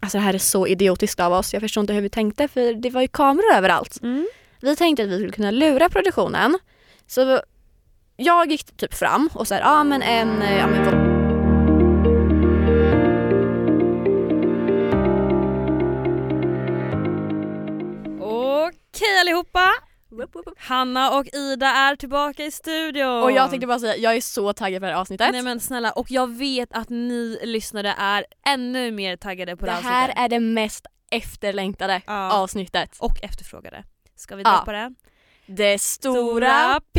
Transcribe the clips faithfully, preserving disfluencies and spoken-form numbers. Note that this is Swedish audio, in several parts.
alltså det här är så idiotiskt av oss. Jag förstår inte hur vi tänkte, för det var ju kameror överallt. Mm. Vi tänkte att vi skulle kunna lura produktionen. Så jag gick typ fram och så här, ja men en... Ja, men vad... Okej allihopa! Hanna och Ida är tillbaka i studion. Och jag tänkte bara säga, jag är så taggad för det här avsnittet. Nej men snälla, och jag vet att ni lyssnare är ännu mer taggade på det, det här här avsnittet. är det mest efterlängtade ja. avsnittet. Och efterfrågade. Ska vi dra ja. på det? Det stora P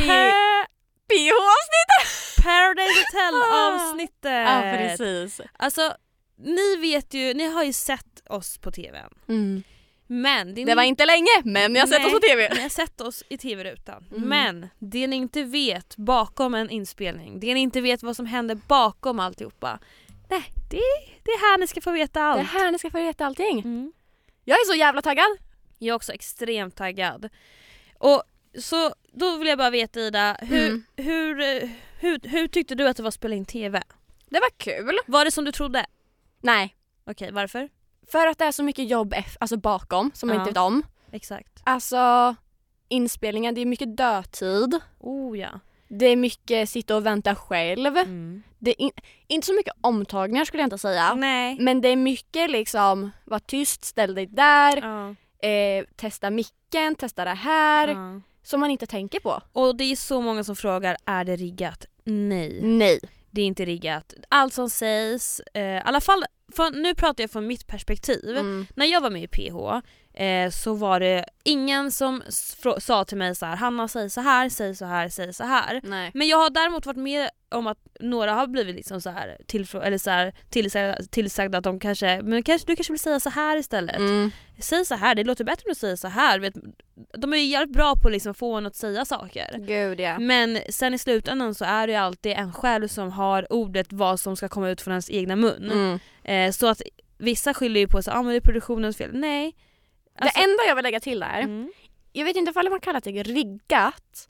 H-avsnittet! Paradise Hotel-avsnittet. Ja, precis. Alltså, ni vet ju, ni har ju sett oss på tvn. Mm. Men det, det var ni... inte länge, men jag har sett Nej, oss på tv. Ni har sett oss i tv-rutan. Mm. Men det ni inte vet bakom en inspelning, det ni inte vet vad som händer bakom alltihopa, nej, det, det är här ni ska få veta allt. Det är här ni ska få veta allting. Mm. Jag är så jävla taggad. Jag är också extremt taggad. Och så då vill jag bara veta, Ida, hur, Mm. hur, hur, hur tyckte du att det var att spela in tv? Det var kul. Var det som du trodde? Nej. Okej, varför? För att det är så mycket jobb eff- alltså bakom som man Ja. inte vet om. Exakt. Alltså inspelningen, det är mycket dödtid. Oh ja. Det är mycket sitta och vänta själv. Mm. Det är in- inte så mycket omtagningar skulle jag inte säga. Nej. Men det är mycket liksom, var tyst, ställ dig där, Ja. eh, testa micken, testa det här. Ja. Som man inte tänker på. Och det är så många som frågar, är det riggat? Nej. Nej. Det är inte riggat. Allt som sägs, eh, i alla fall, för nu pratar jag från mitt perspektiv. Mm. När jag var med i P H eh, så var det ingen som fr- sa till mig så här: Hanna, säg så här, säg så här, säg så här. Nej. Men jag har däremot varit med om att några har blivit liksom så här tillfrå- eller så här tillsagda, tillsagda att de kanske, men kanske, du kanske vill säga så här istället. Mm. Säg så här, det låter bättre om du säger så här. Vet, de är ju jävligt bra på att liksom få en att säga saker. Gud ja. Men sen i slutändan så är det ju alltid en själv som har ordet vad som ska komma ut från ens egna mun. Mm. Eh, så att vissa skyller ju på sig, ah, men det är produktionens fel. Nej. Alltså, det enda jag vill lägga till där, mm, jag vet inte om man kallar det riggat,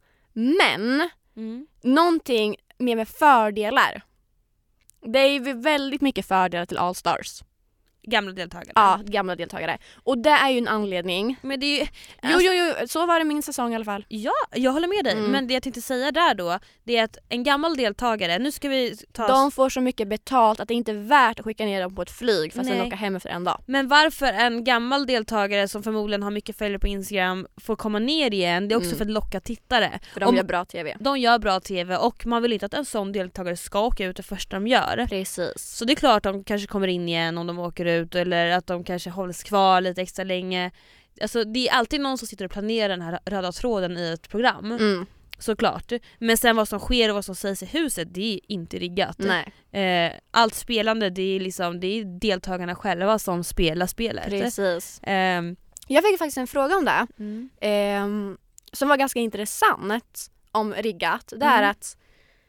men mm, någonting mer med fördelar. Det är ju väldigt mycket fördelar till All Stars. gamla deltagare. Ja, gamla deltagare. Och det är ju en anledning. Men det är ju, Jo, jo, jo, så var det min säsong i alla fall. Ja, jag håller med dig. Mm. Men det jag tänkte säga där då, det är att en gammal deltagare, nu ska vi ta De får så mycket betalt att det inte är värt att skicka ner dem på ett flyg för att sen Nej. åka hem efter en dag. Men varför en gammal deltagare som förmodligen har mycket följare på Instagram får komma ner igen, det är också Mm. för att locka tittare. För de Om- gör bra tv. De gör bra tv och man vill inte att en sån deltagare ska åka ut det första de gör. Precis. Så det är klart att de kanske kommer in igen om de åker ut, eller att de kanske hålls kvar lite extra länge. Alltså det är alltid någon som sitter och planerar den här röda tråden i ett program. Mm. Såklart. Men sen vad som sker och vad som sägs i huset, det är inte riggat. Nej, Eh, allt spelande, det är liksom det är deltagarna själva som spelar spelet. precis. Eh, Jag fick faktiskt en fråga om det. mm. ehm, som var ganska intressant om riggat. Det är Mm. att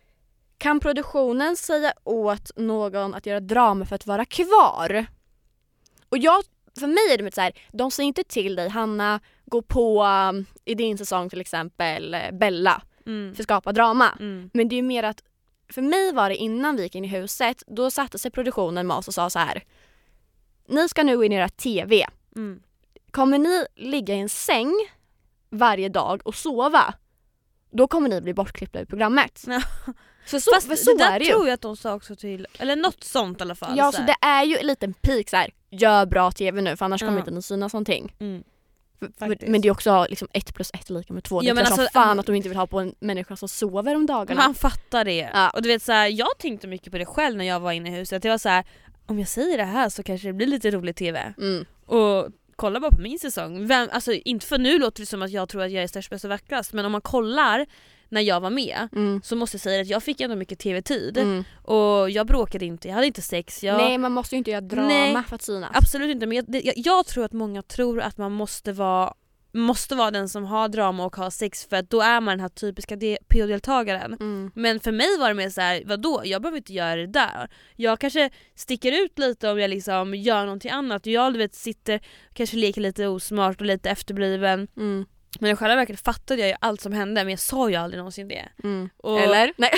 kan produktionen säga åt någon att göra drama för att vara kvar? Och jag, för mig är det så här, de säger inte till dig, Hanna, gå på um, i din säsong till exempel eh, Bella Mm. för att skapa drama. Mm. Men det är ju mer att, för mig var det innan vi gick in i huset, då satte sig produktionen med oss och sa så här: ni ska nu gå in i era tv. Mm. Kommer ni ligga i en säng varje dag och sova, då kommer ni bli bortklippta ur programmet. Ja. För så, Fast för så det där är det ju. tror jag att de sa också till, eller något sånt i alla fall. Ja, så så här. det är ju en liten peak så här: gör bra tv nu för annars Ja. kommer inte ni synas någonting. Mm. För- Faktiskt. Men det är också liksom ett plus ett lika med två. Det Ja, är men klart som alltså, fan att de inte vill ha på en människa som sover om dagarna. Man fattar det. Ja. Och du vet så här, jag tänkte mycket på det själv när jag var inne i huset. Det var så här, om jag säger det här så kanske det blir lite rolig tv. Mm. Och kolla bara på min säsong. Vem, alltså inte för nu låter det som att jag tror att jag är störst, bäst och vackrast, men om man kollar när jag var med Mm. så måste jag säga att jag fick ändå mycket tv-tid. Mm. Och jag bråkade inte, jag hade inte sex. Jag, Nej, man måste ju inte göra drama Nej. för att synas. Absolut inte, men jag, det, jag, jag tror att många tror att man måste vara måste vara den som har drama och har sex, för att då är man den här typiska de- P O-deltagaren. Mm. Men för mig var det mer så här: vadå? Jag behöver inte göra det där. Jag kanske sticker ut lite om jag liksom gör någonting annat. Jag, du vet, sitter, kanske leker lite osmart och lite efterbliven. Mm. Men i själva verket fattade jag ju allt som hände, men jag sa ju aldrig någonsin det. Mm. Och Eller? Nej.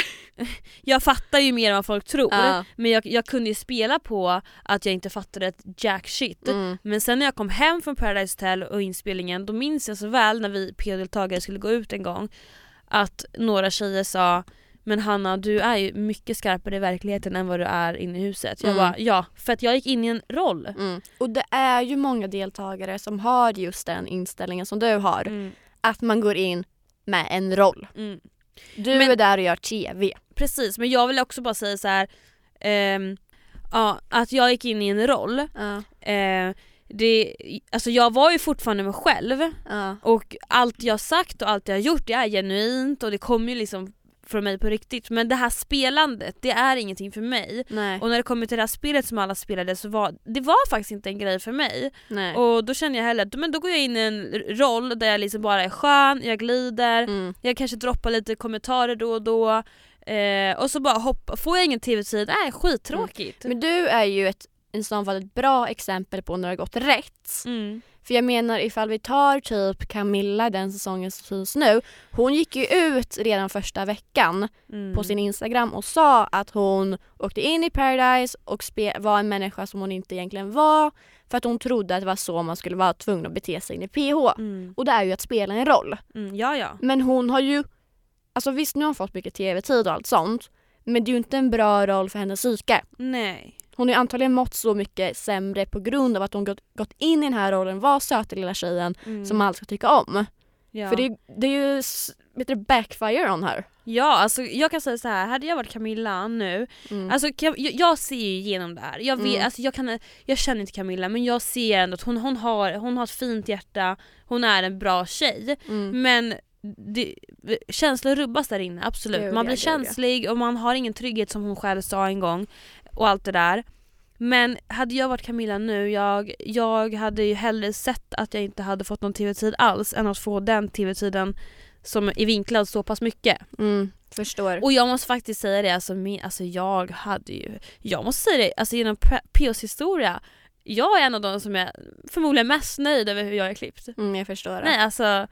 jag fattar ju mer än vad folk tror, Ja. men jag, jag kunde ju spela på att jag inte fattade ett jack shit. Mm. Men sen när jag kom hem från Paradise Hotel och inspelningen, då minns jag så väl när vi P O-deltagare skulle gå ut en gång, att några tjejer sa: men Hanna, du är ju mycket skarpare i verkligheten än vad du är inne i huset. Jag Mm. bara, ja, för att jag gick in i en roll. Mm. Och det är ju många deltagare som har just den inställningen som du har. Mm. Att man går in med en roll. Mm. Du Men- är där och gör tv. Precis, men jag vill också bara säga så här, ehm, ja, att jag gick in i en roll. Ja. Eh, det, alltså jag var ju fortfarande mig själv, Ja. och allt jag sagt och allt jag gjort, det är genuint och det kommer ju liksom från mig på riktigt. Men det här spelandet, det är ingenting för mig. Nej. Och när det kommer till det här spelet som alla spelade, så var det var faktiskt inte en grej för mig. Nej. Och då känner jag heller att men då går jag in i en roll där jag liksom bara är skön, jag glider, Mm. jag kanske droppar lite kommentarer då och då. Eh, och så bara hoppa, får jag ingen tv-tid, nej, skittråkigt. Men du är ju ett en sån fall ett bra exempel på när det har gått rätt. Mm. För jag menar, ifall vi tar typ Camilla, den säsongen som finns nu. Hon gick ju ut redan första veckan Mm. på sin Instagram och sa att hon åkte in i Paradise och spe- var en människa som hon inte egentligen var. För att hon trodde att det var så man skulle vara tvungen att bete sig in i P H. Mm. Och det är ju att spela en roll. Mm. Ja, ja. Men hon har ju, alltså visst nu har hon fått mycket tv-tid och allt sånt. Men det är ju inte en bra roll för hennes psyke. Nej. Hon har ju antagligen mått så mycket sämre på grund av att hon gått, gått in i den här rollen, var söta lilla tjejen Mm. som alla ska tycka om. Ja. För det, det är ju s- vet du, backfire on her. Ja, alltså jag kan säga så här, hade jag varit Camilla nu, Mm. alltså jag, jag ser ju igenom det här. Jag vet, Mm. alltså jag kan jag känner inte Camilla, men jag ser ändå att hon hon har hon har ett fint hjärta, hon är en bra tjej, Mm. men det, känslor rubbas där inne, absolut. Gud, man blir ja, gud, ja. känslig och man har ingen trygghet som hon själv sa en gång och allt det där. Men hade jag varit Camilla nu, jag, jag hade ju hellre sett att jag inte hade fått någon tv-tid alls än att få den tv-tiden som är vinklad så pass mycket. Mm. Förstår. Och jag måste faktiskt säga det, alltså, min, alltså jag hade ju, jag måste säga det, alltså genom P- P O:s historia, jag är en av de som är förmodligen mest nöjd över hur jag är klippt. Mm, jag förstår det. Nej, alltså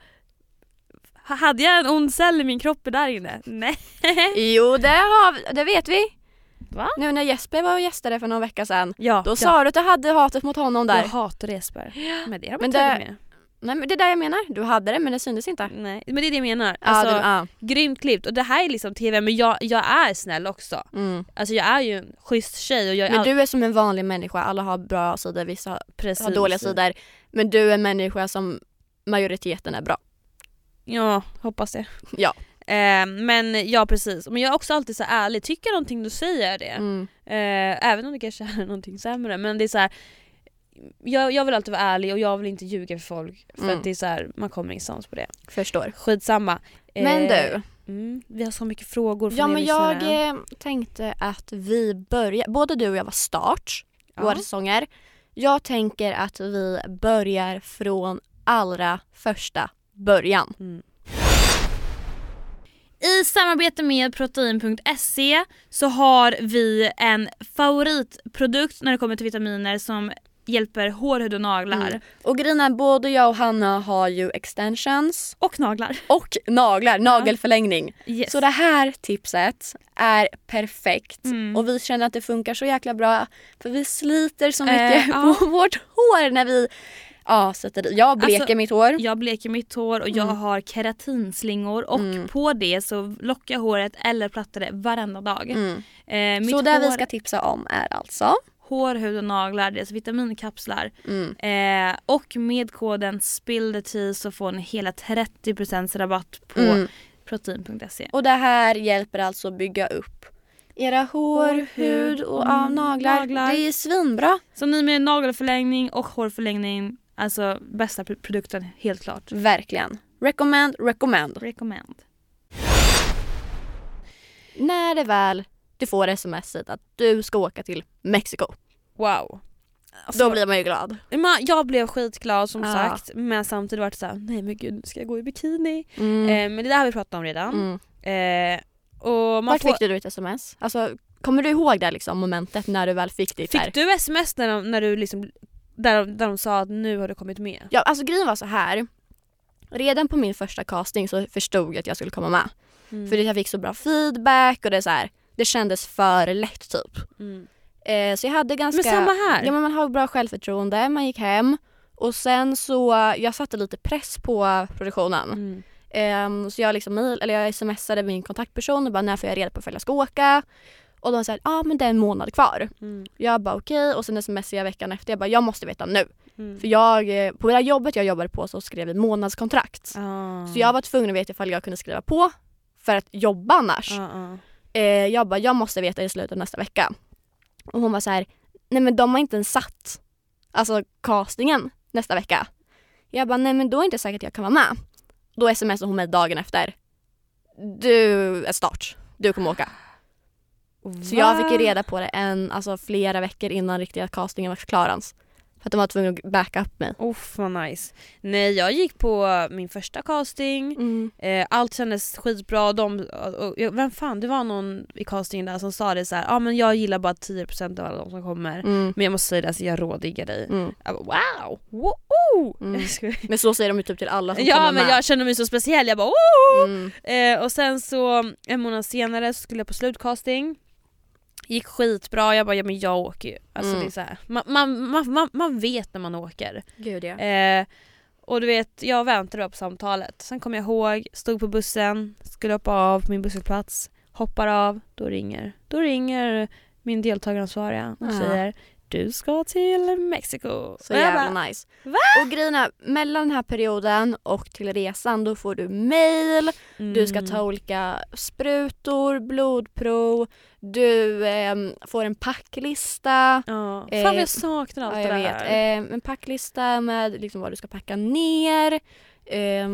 hade jag en ond cell i min kropp där inne? Nej. Jo, det, har, vi- det vet vi. Va? Nu när Jesper var och gästade för några veckor sedan. Ja, Då ja. sa du att du hade hatet mot honom där. Jag hatar Jesper. Men det har man Men inte det- tagit med. Nej, men det är det jag menar. Du hade det men det syntes inte. Nej, men det är det jag menar. Ja, Alltså, du, ja. grymt klippt. Och det här är liksom tv, men jag, jag är snäll också. Mm. Alltså jag är ju en schysst tjej och jag är Men all- du är som en vanlig människa. Alla har bra sidor, vissa precis. har dåliga sidor. Men du är en människa som majoriteten är bra. Ja, hoppas det. Ja. Eh, men ja, precis. Men jag är också alltid så ärlig. Tycker jag någonting, då säger jag det. Mm. Eh, även om det kanske är någonting sämre. Men det är så här. Jag, jag vill alltid vara ärlig och jag vill inte ljuga för folk. För Mm. att det är så här, man kommer ingenstans på det. Förstår. Skitsamma. Eh, Men du. Mm, vi har så mycket frågor från Ja, er men jag lyssnare. eh, tänkte att vi börjar, både du och jag var start, Ja. våra säsonger. Jag tänker att vi börjar från allra första början. Mm. I samarbete med protein punkt se så har vi en favoritprodukt när det kommer till vitaminer som hjälper hår, hud och naglar. Mm. Och grejen är, både jag och Hanna har ju extensions Och naglar. och naglar, nagelförlängning. Yes. Så det här tipset är perfekt. Mm. Och vi känner att det funkar så jäkla bra. För vi sliter så mycket Eh, ja. på vårt hår när vi ja, sätter i. Jag bleker Alltså, mitt hår. Jag bleker mitt hår och jag Mm. har keratinslingor och Mm. på det så lockar jag håret eller plattar det varenda dag. Mm. Eh, mitt Så det hår, vi ska tipsa om är alltså hår, hud och naglar, deras vitaminkapslar. mm. Eh, och med koden SPILLTHETEA så får ni hela trettio procent rabatt på Mm. protein punkt se. Och det här hjälper alltså att bygga upp era hår, Hår, hud och mm, ja, naglar. naglar. Det är svinbra. Så ni med nagelförlängning och hårförlängning, alltså bästa pr- produkten helt klart. Verkligen. Recommend, recommend. Recommend. När det väl du får smset att du ska åka till Mexiko, Wow. då blir man ju glad. Man, jag blev skitglad som Ja. sagt, men samtidigt var det såhär, nej men gud, ska jag gå i bikini? Mm. Eh, men det där har vi pratat om redan. Mm. Eh, och man Vart får, fick du ditt sms? Alltså, kommer du ihåg det liksom, momentet när du väl fick ditt där? fick du sms när, de, när du liksom, där, de, där de sa att nu har du kommit med? Ja, alltså grejen var så här. redan på min första casting så förstod jag att jag skulle komma med. Mm. För jag fick så bra feedback och det, är så här, det kändes för lätt typ. Mm. Eh, så jag hade ganska... Men samma här. Ja, men man har bra självförtroende, man gick hem. Och sen så, jag satte lite press på produktionen. Mm. Um, så jag liksom mail, eller jag smsade min kontaktperson och bara när får jag reda på ifall jag ska åka. Och de sa ja ah, men det är en månad kvar. Mm. Jag bara okej okay. Och sen smsade jag veckan efter. Jag bara jag måste veta nu. Mm. För jag, på det här jobbet jag jobbade på så skrev vi månadskontrakt. Ah. Så jag var tvungen att veta ifall jag kunde skriva på för att jobba annars. Ah, ah. Eh, jag bara jag måste veta i slutet av nästa vecka. Och hon var så här nej men de har inte ens satt alltså castingen nästa vecka. Jag bara nej men då är det inte säkert att jag kan vara med. Då smsade hon mig dagen efter. Du är start. Du kommer åka. Va? Så jag fick ju reda på det en, alltså flera veckor innan riktiga castingen var klar. För att de var tvungna att backa upp mig. Uff, vad nice. Nej, jag gick på min första casting. Mm. Eh, allt kändes skitbra. De, och, och, vem fan, det var någon i castingen där som sa det så här. Ja, ah, men jag gillar bara tio procent av alla de som kommer. Mm. Men jag måste säga det, alltså, jag rådiggar dig. Mm. Jag bara, wow! Wow! Mm. Men så säger de ju typ till alla som ja, kommer men med. Jag känner mig så speciell. Jag bara, oh! Mm. Eh, och sen så, en månad senare så skulle jag på slutcasting. Gick skitbra, jag bara, ja men jag åker ju. Alltså mm. det är så här. Man, man, man, man vet när man åker. Gud ja. Eh, och du vet, jag väntade bara på samtalet. Sen kom jag ihåg, stod på bussen, skulle hoppa av på min busshållplats, hoppar av, då ringer. Då ringer min deltagaransvariga och ja. säger, du ska till Mexiko. Så jävla bara, nice. Va? Och grejerna, mellan den här perioden och till resan, då får du mail, mm. du ska ta olika sprutor, blodprov, du eh, får en packlista. Ja. Fan vad jag saknar allt ja, det jag där. Vet. Eh, en packlista med liksom vad du ska packa ner. Eh,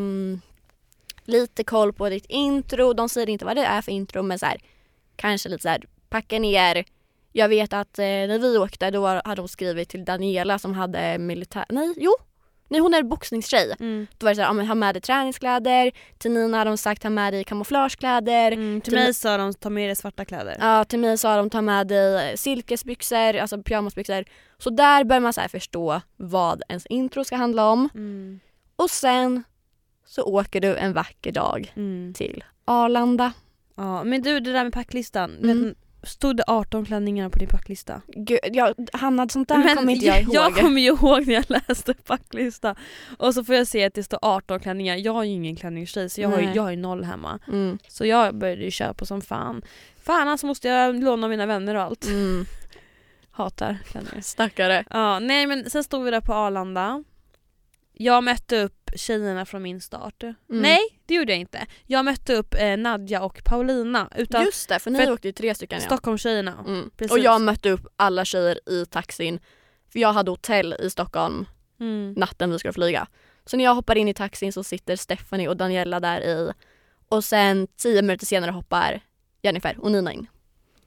lite koll på ditt intro. De säger inte vad det är för intro, men så här, kanske lite så här, packa ner. Jag vet att eh, när vi åkte då var, hade hon skrivit till Daniela som hade militär... Nej, jo. Nej, hon är boxningstjej. Mm. Då var det så här, ja, men ha med dig träningskläder. Till Nina hade de sagt ha med dig kamouflagekläder. Mm, till, till mig sa de ta med dig svarta kläder. Ja, till mig sa de ta med dig silkesbyxor, alltså pyjamasbyxor. Så där bör man så här förstå vad ens intro ska handla om. Mm. Och sen så åker du en vacker dag mm. till Arlanda. Ja, men du, det där med packlistan. Mm. Vet, stod det arton klänningar på din packlista? Gud, jag, Hanna, sånt där kommer inte jag ihåg. Jag kommer ju ihåg när jag läste packlista. Och så får jag se att det står arton klänningar. Jag har ju ingen klänningstjej så jag har, ju, jag har ju noll hemma. Mm. Så jag började ju köpa som fan. Fan, alltså måste jag låna mina vänner och allt. Mm. Hatar klänningar. Stackare. Ja, nej men sen stod vi där på Arlanda. Jag mötte upp tjejerna från min start. Mm. Nej, det gjorde jag inte. Jag mötte upp eh, Nadja och Paulina. Utan just det, för ni för åkte ju tre stycken. Ja. Stockholm-tjejerna. Mm. Och jag mötte upp alla tjejer i taxin. För jag hade hotell i Stockholm mm. natten vi skulle flyga. Så när jag hoppar in i taxin så sitter Stephanie och Daniela där i. Och sen tio minuter senare hoppar Jennifer och Nina in.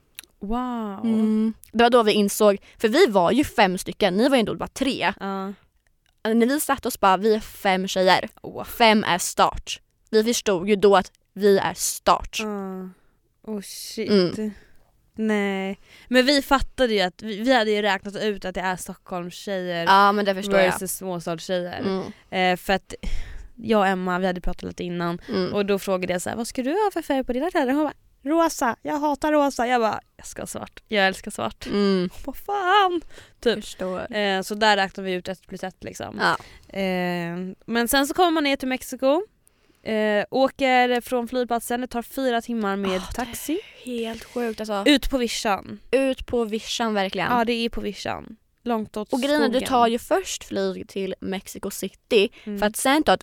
Wow. Mm. Det var då vi insåg, för vi var ju fem stycken, ni var ju ändå bara tre. Uh. När vi satt oss bara, vi är fem tjejer. Oh. Fem är start. Vi förstod ju då att vi är start. Uh. Oh shit. Mm. Nej. Men vi fattade ju att vi, vi hade ju räknat ut att det är Stockholms tjejer. Ja, men det förstår versus jag. småstadstjejer. Mm. Eh, för att jag och Emma, vi hade pratat lite innan. Mm. Och då frågade jag så här, vad ska du ha för färg på dina kläder? Hon bara, rosa. Jag hatar rosa. Jag bara, jag ska ha svart. Jag älskar svart. Mm. Vad fan? Typ. Eh, så där räknade vi ut ett plus ett liksom. Ja. Eh, men sen så kommer man ner till Mexiko. Eh, åker från flygplatsen. Det tar fyra timmar med oh, taxi. Helt sjukt alltså. Ut på vischan. Ut på vischan verkligen. Ja, det är på vischan. Långt åt och grejen, du tar ju först flyg till Mexico City mm. för att sen ta ett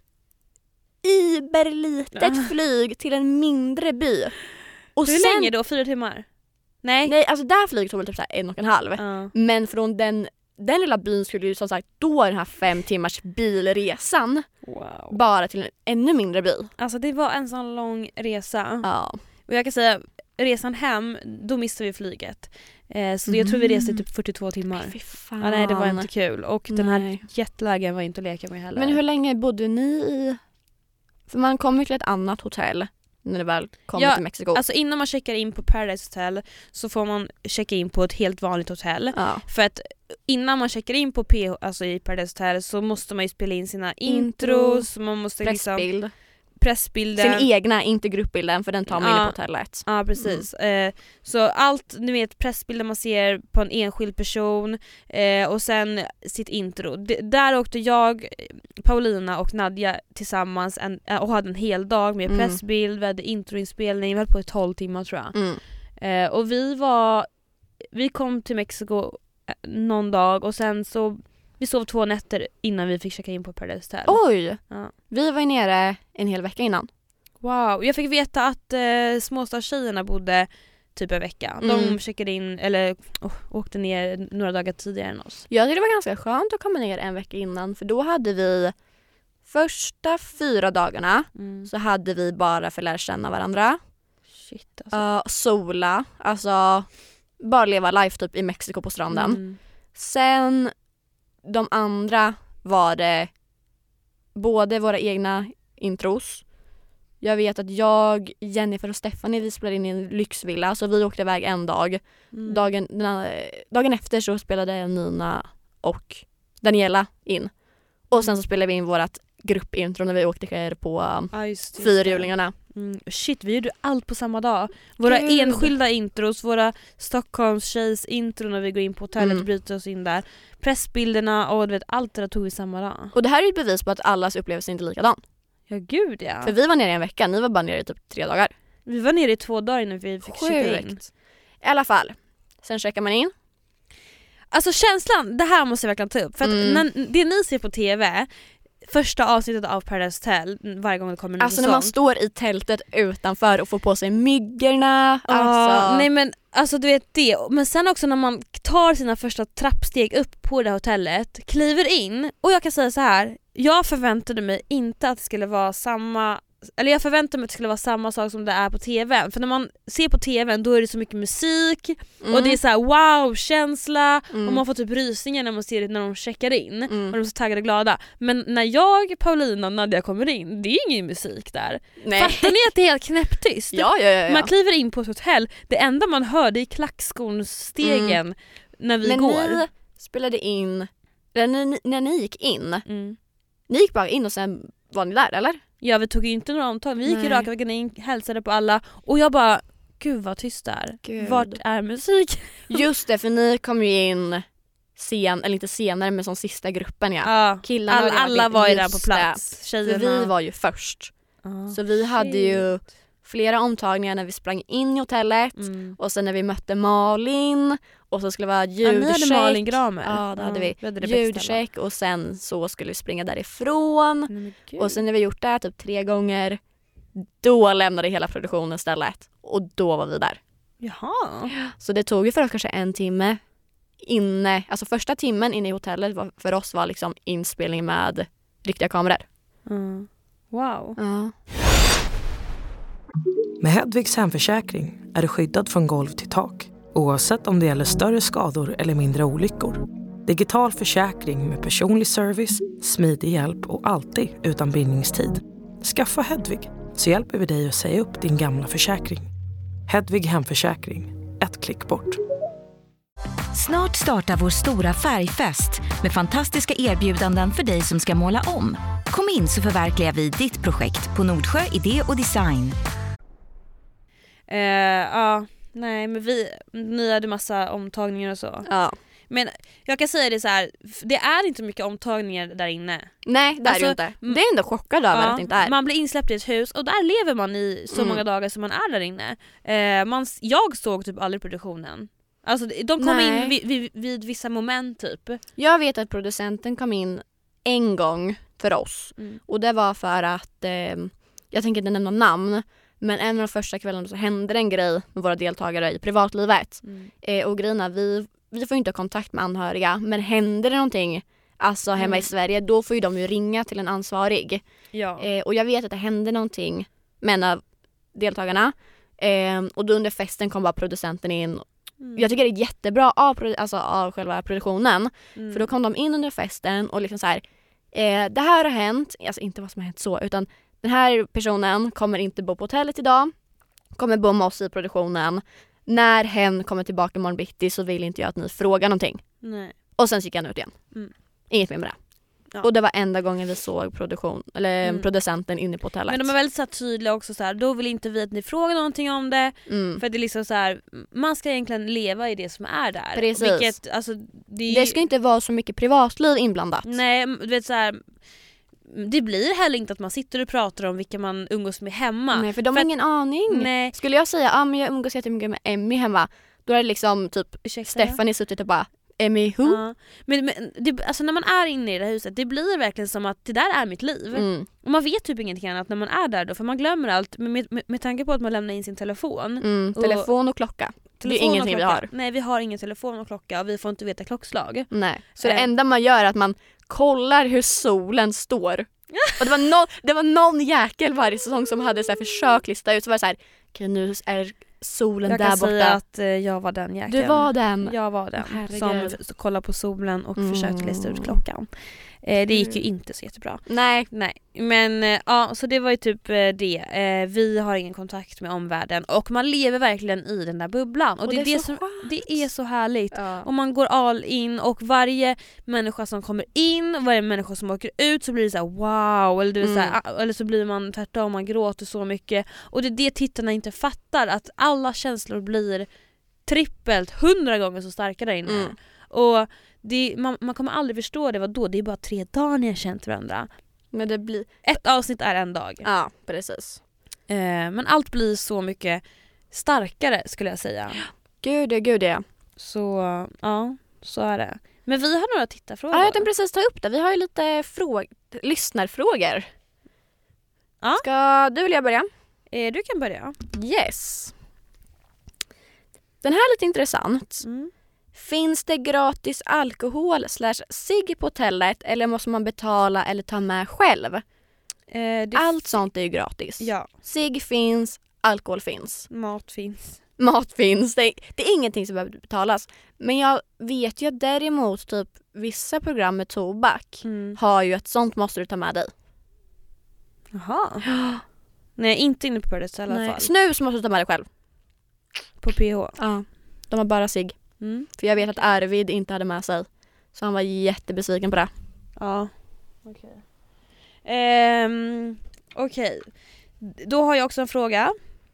iberlitet ja. flyg till en mindre by. Och hur sen, länge då? Fyra timmar? Nej. Nej, alltså där flyget tog väl typ så här en och en halv. Uh. Men från den, den lilla byn skulle ju som sagt då den här fem timmars bilresan wow. bara till en ännu mindre by. Alltså det var en sån lång resa. Ja. Och jag kan säga, resan hem, då missade vi flyget. Eh, så mm. jag tror vi reste typ fyrtiotvå timmar. Fy fan. Ja, nej, det var inte kul. Och nej. Den här jetlagen var inte att leka med heller. Men hur länge bodde ni i? För man kommer till ett annat hotell när det väl kommer ja, till Mexiko. Alltså innan man checkar in på Paradise Hotel så får man checka in på ett helt vanligt hotell. Ja. För att innan man checkar in på P H, alltså i Paradise Hotel, så måste man ju spela in sina Intro, intros, man måste pressbild. liksom pressbilden. Sin egna, inte gruppbilden, för den tar man Ja. in på hotellet. Ja, precis. Mm. Eh, så allt, ni vet, pressbilder man ser på en enskild person eh, och sen sitt intro. D- där åkte jag, Paulina och Nadja tillsammans en, och hade en hel dag med Mm. pressbild, vi hade introinspelning, vi höll på i tolv timmar tror jag. Mm. Eh, och vi var, vi kom till Mexiko någon dag och sen så vi sov två nätter innan vi fick checka in på Paradise Hotel. Oj! Ja. Vi var ju nere en hel vecka innan. Wow, jag fick veta att eh, småstadstjejerna bodde typ en vecka. De Mm. checkade in, eller oh, åkte ner några dagar tidigare än oss. Jag tyckte det var ganska skönt att komma ner en vecka innan, för då hade vi första fyra dagarna Mm. så hade vi bara för att lära känna varandra. Shit alltså. Uh, sola, alltså bara leva life typ i Mexiko på stranden. Mm. Sen de andra var det både våra egna intros. Jag vet att jag, Jennifer och Stephanie, vi spelade in i en lyxvilla, så vi åkte iväg en dag. Mm. Dagen, den, dagen efter så spelade Nina och Daniela in. Och sen så spelade vi in vårat gruppintro när vi åkte på um, Ja, just det, just det. fyrhjulingarna. Mm. Shit, vi gjorde allt på samma dag. Våra Gud. enskilda intros, våra Stockholms tjejs intro när vi går in på hotellet Mm. och bryter oss in där. Pressbilderna och du vet, allt det där tog vi samma dag. Och det här är ett bevis på att allas upplevelse inte är likadan. Ja gud ja. För vi var nere i en vecka, ni var bara nere i typ tre dagar. Vi var nere i två dagar innan vi fick checka in. Sjukt. I alla fall, sen checkar man in. Alltså känslan, det här måste jag verkligen ta upp. För att Mm. när, det ni ser på tv, första avsnittet av Paradise Hotel, varje gång det kommer en ny Alltså säsong. när man står i tältet utanför och får på sig myggorna. Ja, Alltså. nej men alltså du vet det. Men sen också när man tar sina första trappsteg upp på det här hotellet, kliver in, och jag kan säga så här, jag förväntade mig inte att det skulle vara samma, eller jag förväntade mig att det skulle vara samma sak som det är på tv. För när man ser på tv då är det så mycket musik Mm. och det är så här wow-känsla Mm. och man får typ rysningar när man ser det när de checkar in. Mm. Och de är så taggade och glada. Men när jag, Paulina och Nadja kommer in, det är ingen musik där. Nej. Fattar ni att det är helt knäpptyst? Ja, ja, ja, ja. Man kliver in på ett hotell, det enda man hör det är klackskonstegen Mm. när vi när går. ni spelade in, eller när ni, när ni gick in, Mm. ni gick bara in och sen var ni där, eller? Ja, vi tog ju inte några omtag, vi gick ju Nej. raka vägen in, hälsade på alla och jag bara, gud vad tyst det är. Gud. Vart är musik? Just det, för ni kom ju in sen, eller inte senare, men som sista gruppen, ja. Ja, Killarna alla, var redan alla in- var ju där just på plats. För Tjejerna. vi var ju först. Ja, Så vi hade ju shit. flera omtagningar när vi sprang in i hotellet. Mm. Och sen när vi mötte Malin. Och så skulle det vara Ja, ni ljudcheck. hade Malin Gramer. Ja, det hade vi. hade det bästa, va? Ljudcheck, och sen så skulle vi springa därifrån. Nej, men gud. Och sen när vi gjort det här typ tre gånger, då lämnade hela produktionen stället. Och då var vi där. Jaha. Så det tog ju för oss kanske en timme inne. Alltså första timmen inne i hotellet var, för oss var liksom inspelning med riktiga kameror. Mm. Wow. Ja. Med Hedvigs hemförsäkring är du skyddad från golv till tak, oavsett om det gäller större skador eller mindre olyckor. Digital försäkring med personlig service, smidig hjälp och alltid utan bindningstid. Skaffa Hedvig så hjälper vi dig att säga upp din gamla försäkring. Hedvig hemförsäkring, ett klick bort. Snart startar vår stora färgfest med fantastiska erbjudanden för dig som ska måla om. Kom in så förverkligar vi ditt projekt på Nordsjö Idé och Design. Eh, ja, nej men vi, ni hade massa omtagningar och så. Ja. Men jag kan säga det så här, f- det är inte mycket omtagningar där inne. Nej, det är Alltså, det ju inte. Det är ändå chockad över Ja, att det inte är. man blir insläppt i ett hus och där lever man i så Mm. många dagar som man är där inne. Eh, man, s- jag såg typ aldrig produktionen. Alltså de kom Nej. in vid, vid, vid vissa moment typ. Jag vet att producenten kom in en gång för oss. Mm. Och det var för att, eh, jag tänker inte nämna namn, men en av de första kvällarna så hände det en grej med våra deltagare i privatlivet. Mm. Eh, och grejerna, vi, vi får ju inte ha kontakt med anhöriga, men händer det någonting alltså hemma Mm. i Sverige, då får ju de ju ringa till en ansvarig. Ja. Eh, och jag vet att det hände någonting med en av deltagarna. Eh, och då under festen kom bara producenten in. Mm. Jag tycker det är jättebra av, produ- alltså, av själva produktionen. Mm. För då kom de in under festen och liksom så här, eh, det här har hänt, alltså inte vad som har hänt så, utan den här personen kommer inte bo på hotellet idag, kommer bo med oss i produktionen. När hen kommer tillbaka imorgon bitti så vill inte jag att ni frågar någonting. Nej. Och sen gick han ut igen. Mm. Inget mer med det. Ja. Och det var enda gången vi såg produktion, eller Mm. producenten inne på hotellet. Men de är väldigt så här tydliga också så här, då vill inte vi att ni frågar någonting om det. Mm. För det är liksom så här, man ska egentligen leva i det som är där. Precis. Vilket, alltså, det, är ju, Det ska inte vara så mycket privatliv inblandat. Nej, du vet så här, det blir heller inte att man sitter och pratar om vilka man umgås med hemma. Nej, för de för har att, ingen aning. Nej. Skulle jag säga att ah, jag umgås jättemycket med Emmy hemma, då är det liksom typ Ursäkta? Stephanie suttit och bara Emmy who? Ja. Men, men det, alltså när man är inne i det här huset, det blir verkligen som att det där är mitt liv. Mm. Och man vet typ ingenting annat när man är där då, för man glömmer allt med, med, med tanke på att man lämnar in sin telefon. Mm. Telefon och klocka. Telefon det är ingenting och vi klocka. har. Nej, vi har ingen telefon och klocka och vi får inte veta klockslag. Nej. Så Eh. det enda man gör är att man kollar hur solen står. Och det var, no- det var någon jäkel varje säsong som hade så här försök lista ut. Så var det så här, okej nu är solen Jag där kan borta. säga att eh, jag var den jäkeln. Du var den. Jag var den Herregud. som f- kollade på solen och Mm. försökte lista ut klockan. Eh, det gick ju inte så jättebra. Nej. Nej, men eh, ja, så det var ju typ eh, det. Eh, vi har ingen kontakt med omvärlden och man lever verkligen i den där bubblan. Och, Och det, är det är det, så som, skönt. det är så härligt. Ja. Och man går all in och varje människa som kommer in, varje människa som åker ut så blir det så här wow, eller, du vet, Mm. så här, eller så blir man tvärtom, man gråter så mycket. Och det är det tittarna inte fattar, att alla känslor blir trippelt, hundra gånger så starka där inne. Mm. Och det, man, man kommer aldrig förstå det, vad då? Det är bara tre dagar ni har känt varandra. Men det blir... Ett avsnitt är en dag. Ja, precis. Eh, men allt blir så mycket starkare skulle jag säga. Gud, ja, gud ja. Så ja, så är det. Men vi har några tittarfrågor. Ja, jag tänkte precis ta upp det. Vi har ju lite frå- lyssnarfrågor. Ja. Ska du vilja börja? Eh, du kan börja. Yes. Den här är lite intressant. Mm. Finns det gratis alkohol slash cigg på hotellet eller måste man betala eller ta med själv? Eh, det Allt sånt är ju gratis. Ja, Cigg finns, alkohol finns, mat finns. mat finns. Det är, det är ingenting som behöver betalas. Men jag vet ju att däremot typ vissa program med tobak Mm. har ju att sånt måste du ta med dig. Jaha. Nej, inte inne på Paradise i alla Nej. fall. Snus måste du ta med dig själv. På P H. Ja. De har bara cigg. Mm. För jag vet att Arvid inte hade med sig. Så han var jättebesviken på det. Ja. Okej. Okay. Ehm, Okej. Då har jag också en fråga.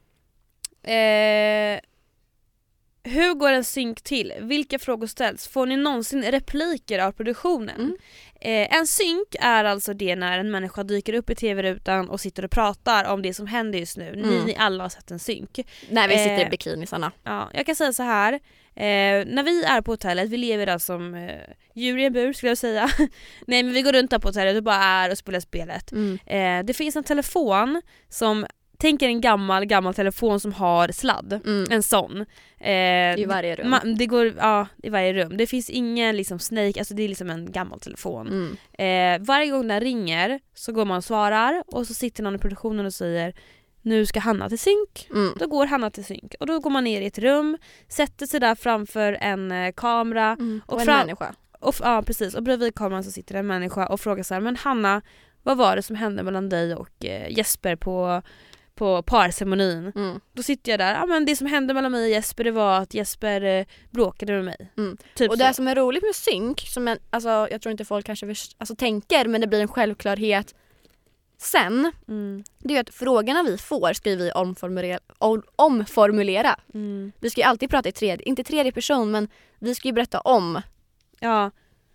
Eh, hur går en synk till? Vilka frågor ställs? Får ni någonsin repliker av produktionen? Mm. Eh, en synk är alltså det när en människa dyker upp i tv-rutan och sitter och pratar om det som händer just nu. Ni, Mm. ni alla har sett en synk. När vi sitter Eh, i bikinisarna. Ja, jag kan säga så här. Eh, när vi är på hotellet, vi lever där som eh, djur i en bur skulle jag säga. Nej, men vi går runt där på hotellet och bara är och spelar spelet. Mm. Eh, det finns en telefon som, tänker en gammal gammal telefon som har sladd. Mm. En sån. Eh, I varje rum. ma- det går, ja, i varje rum. Det finns ingen liksom Snake, alltså det är liksom en gammal telefon. Mm. Eh, varje gång den ringer så går man och svarar och så sitter någon i produktionen och säger nu ska Hanna till synk. Mm. Då går Hanna till synk och då går man ner i ett rum, sätter sig där framför en eh, kamera Mm. Och, och en fram- människa. och, ja, precis, och bredvid kameran så sitter en människa och frågar så här, men Hanna, vad var det som hände mellan dig och eh, Jesper på, på parceremonin? Mm. Då sitter jag där, ja men det som hände mellan mig och Jesper det var att Jesper eh, bråkade med mig. Mm. Typ Och så. det som är roligt med synk, som en, alltså, jag tror inte folk kanske först, alltså, tänker, men det blir en självklarhet sen, Mm, det är att frågorna vi får ska vi omformulera, om, omformulera. mm. Vi ska ju alltid prata i tredje, inte tredje person, men vi ska ju berätta om. Ja,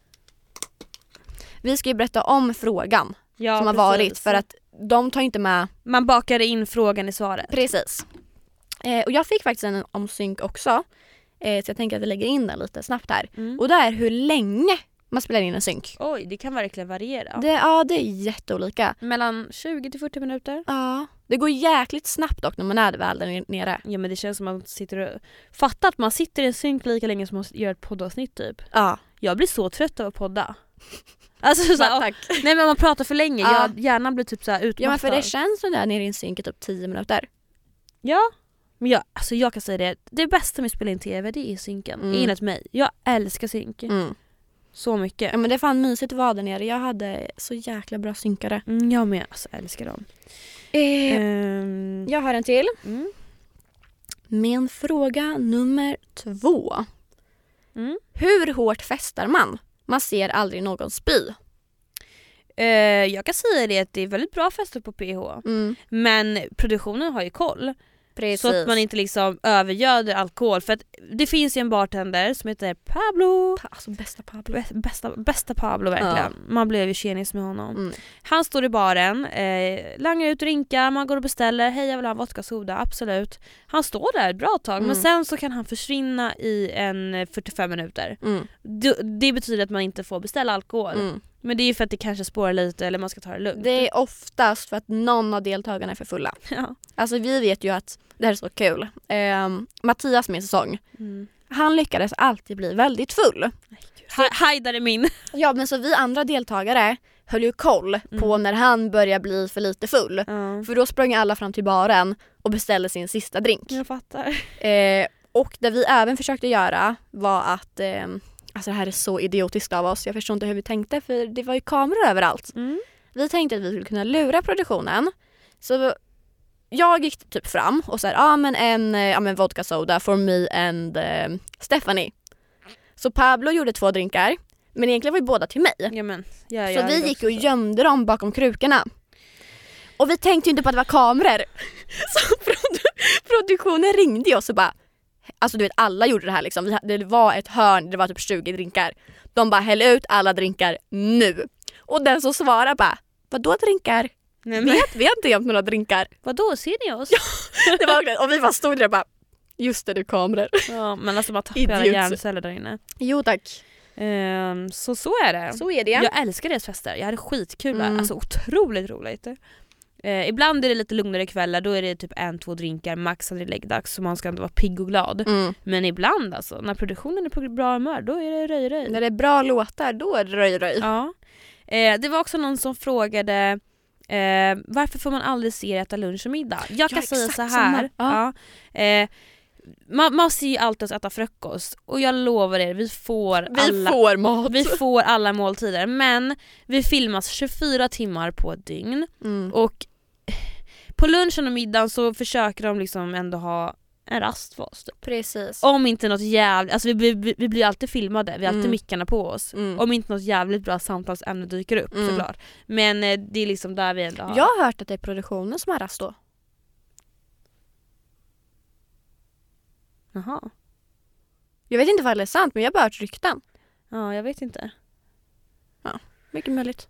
Vi ska ju berätta om frågan ja, som har precis. varit, för att de tar inte med. man bakar in frågan i svaret. Precis. Eh, och jag fick faktiskt en om synk också. Eh, så jag tänker att vi lägger in den lite snabbt här. Mm. Och det är hur länge man spelar in en synk. Oj, det kan verkligen variera. Det, ja, det är jätteolika. Mellan tjugo till fyrtio minuter. Ja, det går jäkligt snabbt dock när man är väl där nere. Ja, men det känns som att man sitter och... Fatta att man sitter i en synk lika länge som man gör ett poddavsnitt typ. Ja, Jag blir så trött av att podda. Alltså så här, tack. nej men man pratar för länge, Ja. jag, hjärnan blir typ så här utmattad. Ja, men för det känns som det är nere i en synk i typ tio minuter. Ja, men jag, alltså jag kan säga det, det bästa med att spela in tv det är synken, Mm. enligt mig. Jag älskar synk. Mm. Så mycket. Ja, men det är fan mysigt att vara där nere. Jag hade så jäkla bra synkare. Mm, jag med, alltså älskar dem. Eh, Um, jag har en till. mm. Min fråga nummer två. Mm. Hur hårt festar man? Man ser aldrig någon spy. Uh, jag kan säga det att det är väldigt bra fester på P H. Mm. Men produktionen har ju koll. Precis. Så att man inte liksom övergöder alkohol. För att det finns ju en bartender som heter Pablo. Alltså bästa Pablo. Bä- Bästa, bästa Pablo verkligen. Ja. Man blev ju tjenis med honom. Mm. Han står i baren, eh, langar ut drinkar, man går och beställer. Hej, jag vill ha en vodka soda, absolut. Han står där ett bra tag, Mm. men sen så kan han försvinna i en fyrtiofem minuter. Mm. Det, det betyder att man inte får beställa alkohol. Mm. Men det är ju för att det kanske spårar lite eller man ska ta det lugnt. Det är oftast för att någon av deltagarna är för fulla. Ja. Alltså vi vet ju att det här är så kul. Eh, Mattias med säsong. Mm. Han lyckades alltid bli väldigt full. Ha- Hajdare min. Ja, men så vi andra deltagare höll ju koll Mm. på när han började bli för lite full. Ja. För då sprang alla fram till baren och beställde sin sista drink. Jag fattar. Eh, och det vi även försökte göra var att, eh, alltså det här är så idiotiskt av oss, jag förstår inte hur vi tänkte för det var ju kameror överallt. Mm. Vi tänkte att vi skulle kunna lura produktionen. Så jag gick typ fram och sa, ja ah, men en eh, ja, men vodka soda for me and eh, Stephanie. Så Pablo gjorde två drinkar, men egentligen var ju båda till mig. Ja, men, ja, Så jag vi är gick också och så. gömde dem bakom krukorna. Och vi tänkte ju inte på att det var kameror. Så produ- produktionen ringde oss och bara, alltså du vet alla gjorde det här liksom. Vi hade, det var ett hörn, det var typ tjugo drinkar. De bara häll ut alla drinkar nu. Och den som svarade bara, vadå drinkar? Nej, Vi, men, har- vi har inte gömt några drinkar. vadå, ser ni oss? Det var verkligen, och vi bara stod där och bara, just det, du kameror. Ja, men alltså man tappar alla Idiots. hjärnceller där inne. Jo tack. Ehm, så så är det. Så är det. Jag älskar deras fester. Jag hade skitkul där. Mm. Alltså otroligt roligt. Eh, ibland är det lite lugnare kvällar. Då är det typ en, två drinkar max när det är läggdags. Så man ska inte vara pigg och glad. Mm. Men ibland alltså, när produktionen är på bra humör, då är det röj röj. När det är bra låtar, då är det röj röj. Ja. Eh, det var också någon som frågade eh, varför får man aldrig se er äta lunch och middag? Jag kan Ja, säga exakt så här. samma. Ja. Ja. Eh, man, man ser ju alltid oss äta frukost. Och jag lovar er, vi får Vi alla får mat. Vi får alla måltider, men vi filmas tjugofyra timmar på ett dygn. Mm. Och på lunchen och middagen så försöker de liksom ändå ha en rast för oss. Typ. Precis. Om inte något jävligt, alltså vi, vi, vi blir alltid filmade, vi har alltid Mm. mickarna på oss. Mm. Om inte något jävligt bra samtalsämne dyker upp Mm. såklart. Men eh, det är liksom där vi ändå har. Jag har hört att det är produktionen som har rast då. Jaha. Jag vet inte vad det är sant, men jag har bara hört rykten. Ja, jag vet inte. Mycket möjligt.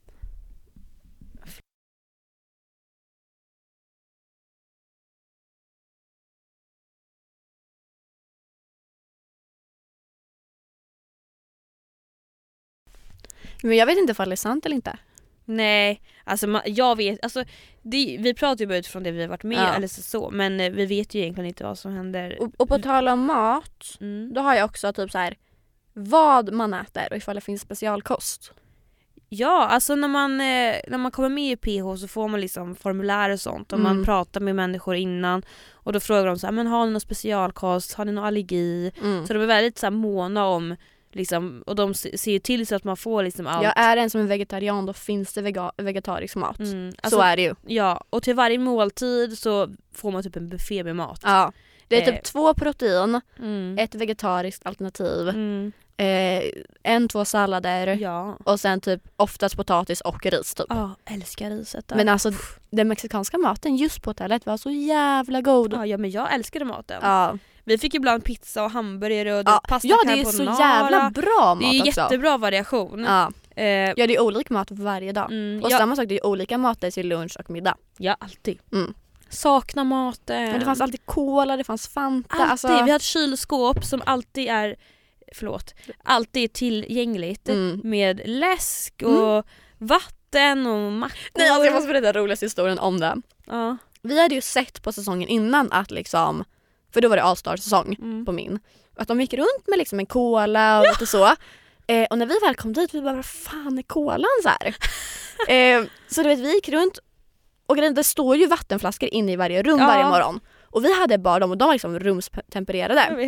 Men jag vet inte om det är sant eller inte. Nej, alltså ma- jag vet, alltså det, vi pratar ju bara utifrån det vi har varit med Ja. eller så, så, men eh, vi vet ju egentligen inte vad som händer. Och, och på tal om mat, Mm. då har jag också typ så här vad man äter och ifall det finns specialkost. Ja, alltså när man, eh, när man kommer med i P H så får man liksom formulär och sånt och Mm. man pratar med människor innan och då frågar de så här, men har ni någon specialkost, har ni någon allergi? Mm. Så de är väldigt så här måna om liksom, och de se- ser ju till så att man får liksom allt. Jag är en som en vegetarian, då finns det vega- vegetarisk mat. Mm, Så alltså, är det ju. ja, och till varje måltid så får man typ en buffé med mat. Ja. Det är typ Eh. två protein, Mm. ett vegetariskt alternativ, Mm. eh, en, två sallader Ja. och sen typ oftast potatis och ris typ. Ja, älskar riset där. Men alltså den mexikanska maten just på hotellet var så jävla god. ja, ja, men jag älskade maten. Ja, Vi fick ibland pizza och hamburgare och ja. pasta ja det är så carbonara. jävla bra mat Det är också. jättebra variation. Ja. Eh, ja, det är olika mat varje dag. mm, Och ja, samma sak, det är olika mater till lunch och middag. ja, alltid. Mm. Saknar maten. Och det fanns alltid cola, det fanns Fanta. alltid. Alltså, Vi har ett kylskåp som alltid är förlåt, alltid är tillgängligt Mm. med läsk och vatten och mackor. Nej, alltså jag måste berätta den roligaste historien om det. Ja. Vi hade ju sett på säsongen innan att liksom, för då var det All-Star-säsong Mm. på min, att de gick runt med liksom en cola och lite så. Eh, och när vi väl kom dit, vi bara, vad fan är colan så här? eh, så du vet, vi gick runt och grejen, det står ju vattenflaskor inne i varje rum Ja. varje morgon. Och vi hade bara dem och de var liksom Jag rumstempererade. vet.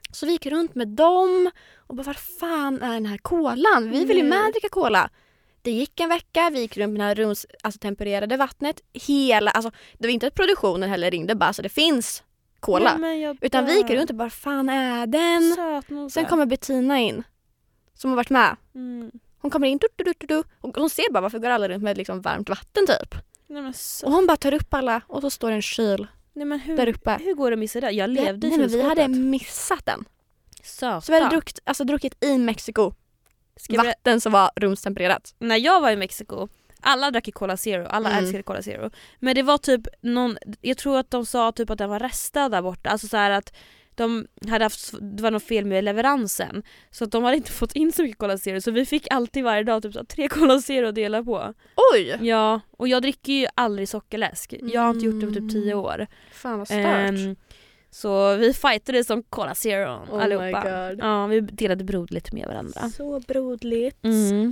Så vi gick runt med dem och bara, vad fan är den här kolan? Vi vill ju med dricka cola. Det gick en vecka, vi gick runt med det här rums, alltså tempererade vattnet. Hela, alltså, det var inte att produktionen heller ringde bara så det finns cola. Nej, utan vi gick runt och bara, fan är den? Söt, Sen kommer Bettina in, som har varit med. Mm. Hon kommer in, du, du, du, du, och hon ser bara varför går alla runt med liksom varmt vatten typ. Nej, men så... Och hon bara tar upp alla och så står det en kyl Nej, men hur, där uppe. Hur går det att missa det? Jag levde ja, i nej, men vi kylskåpet. hade missat den. Söta. Så vi hade druckit, alltså, druckit i Mexiko Ska vatten vi... som var rumstempererat. När jag var i Mexiko, alla drack Cola Zero, alla Mm. älskade Cola Zero. Men det var typ någon, jag tror att de sa typ att den var restad där borta. Alltså så här att de hade haft, det var något fel med leveransen. Så att de hade inte fått in så mycket Cola Zero. Så vi fick alltid varje dag typ så tre Cola Zero att dela på. Oj! Ja, och jag dricker ju aldrig sockerläsk. Jag har inte gjort det på typ tio år. Fan vad stört. Um, så vi fightade som Cola Zero Oh allihopa. my God. Ja, vi delade broderligt med varandra. Så broderligt. Mm.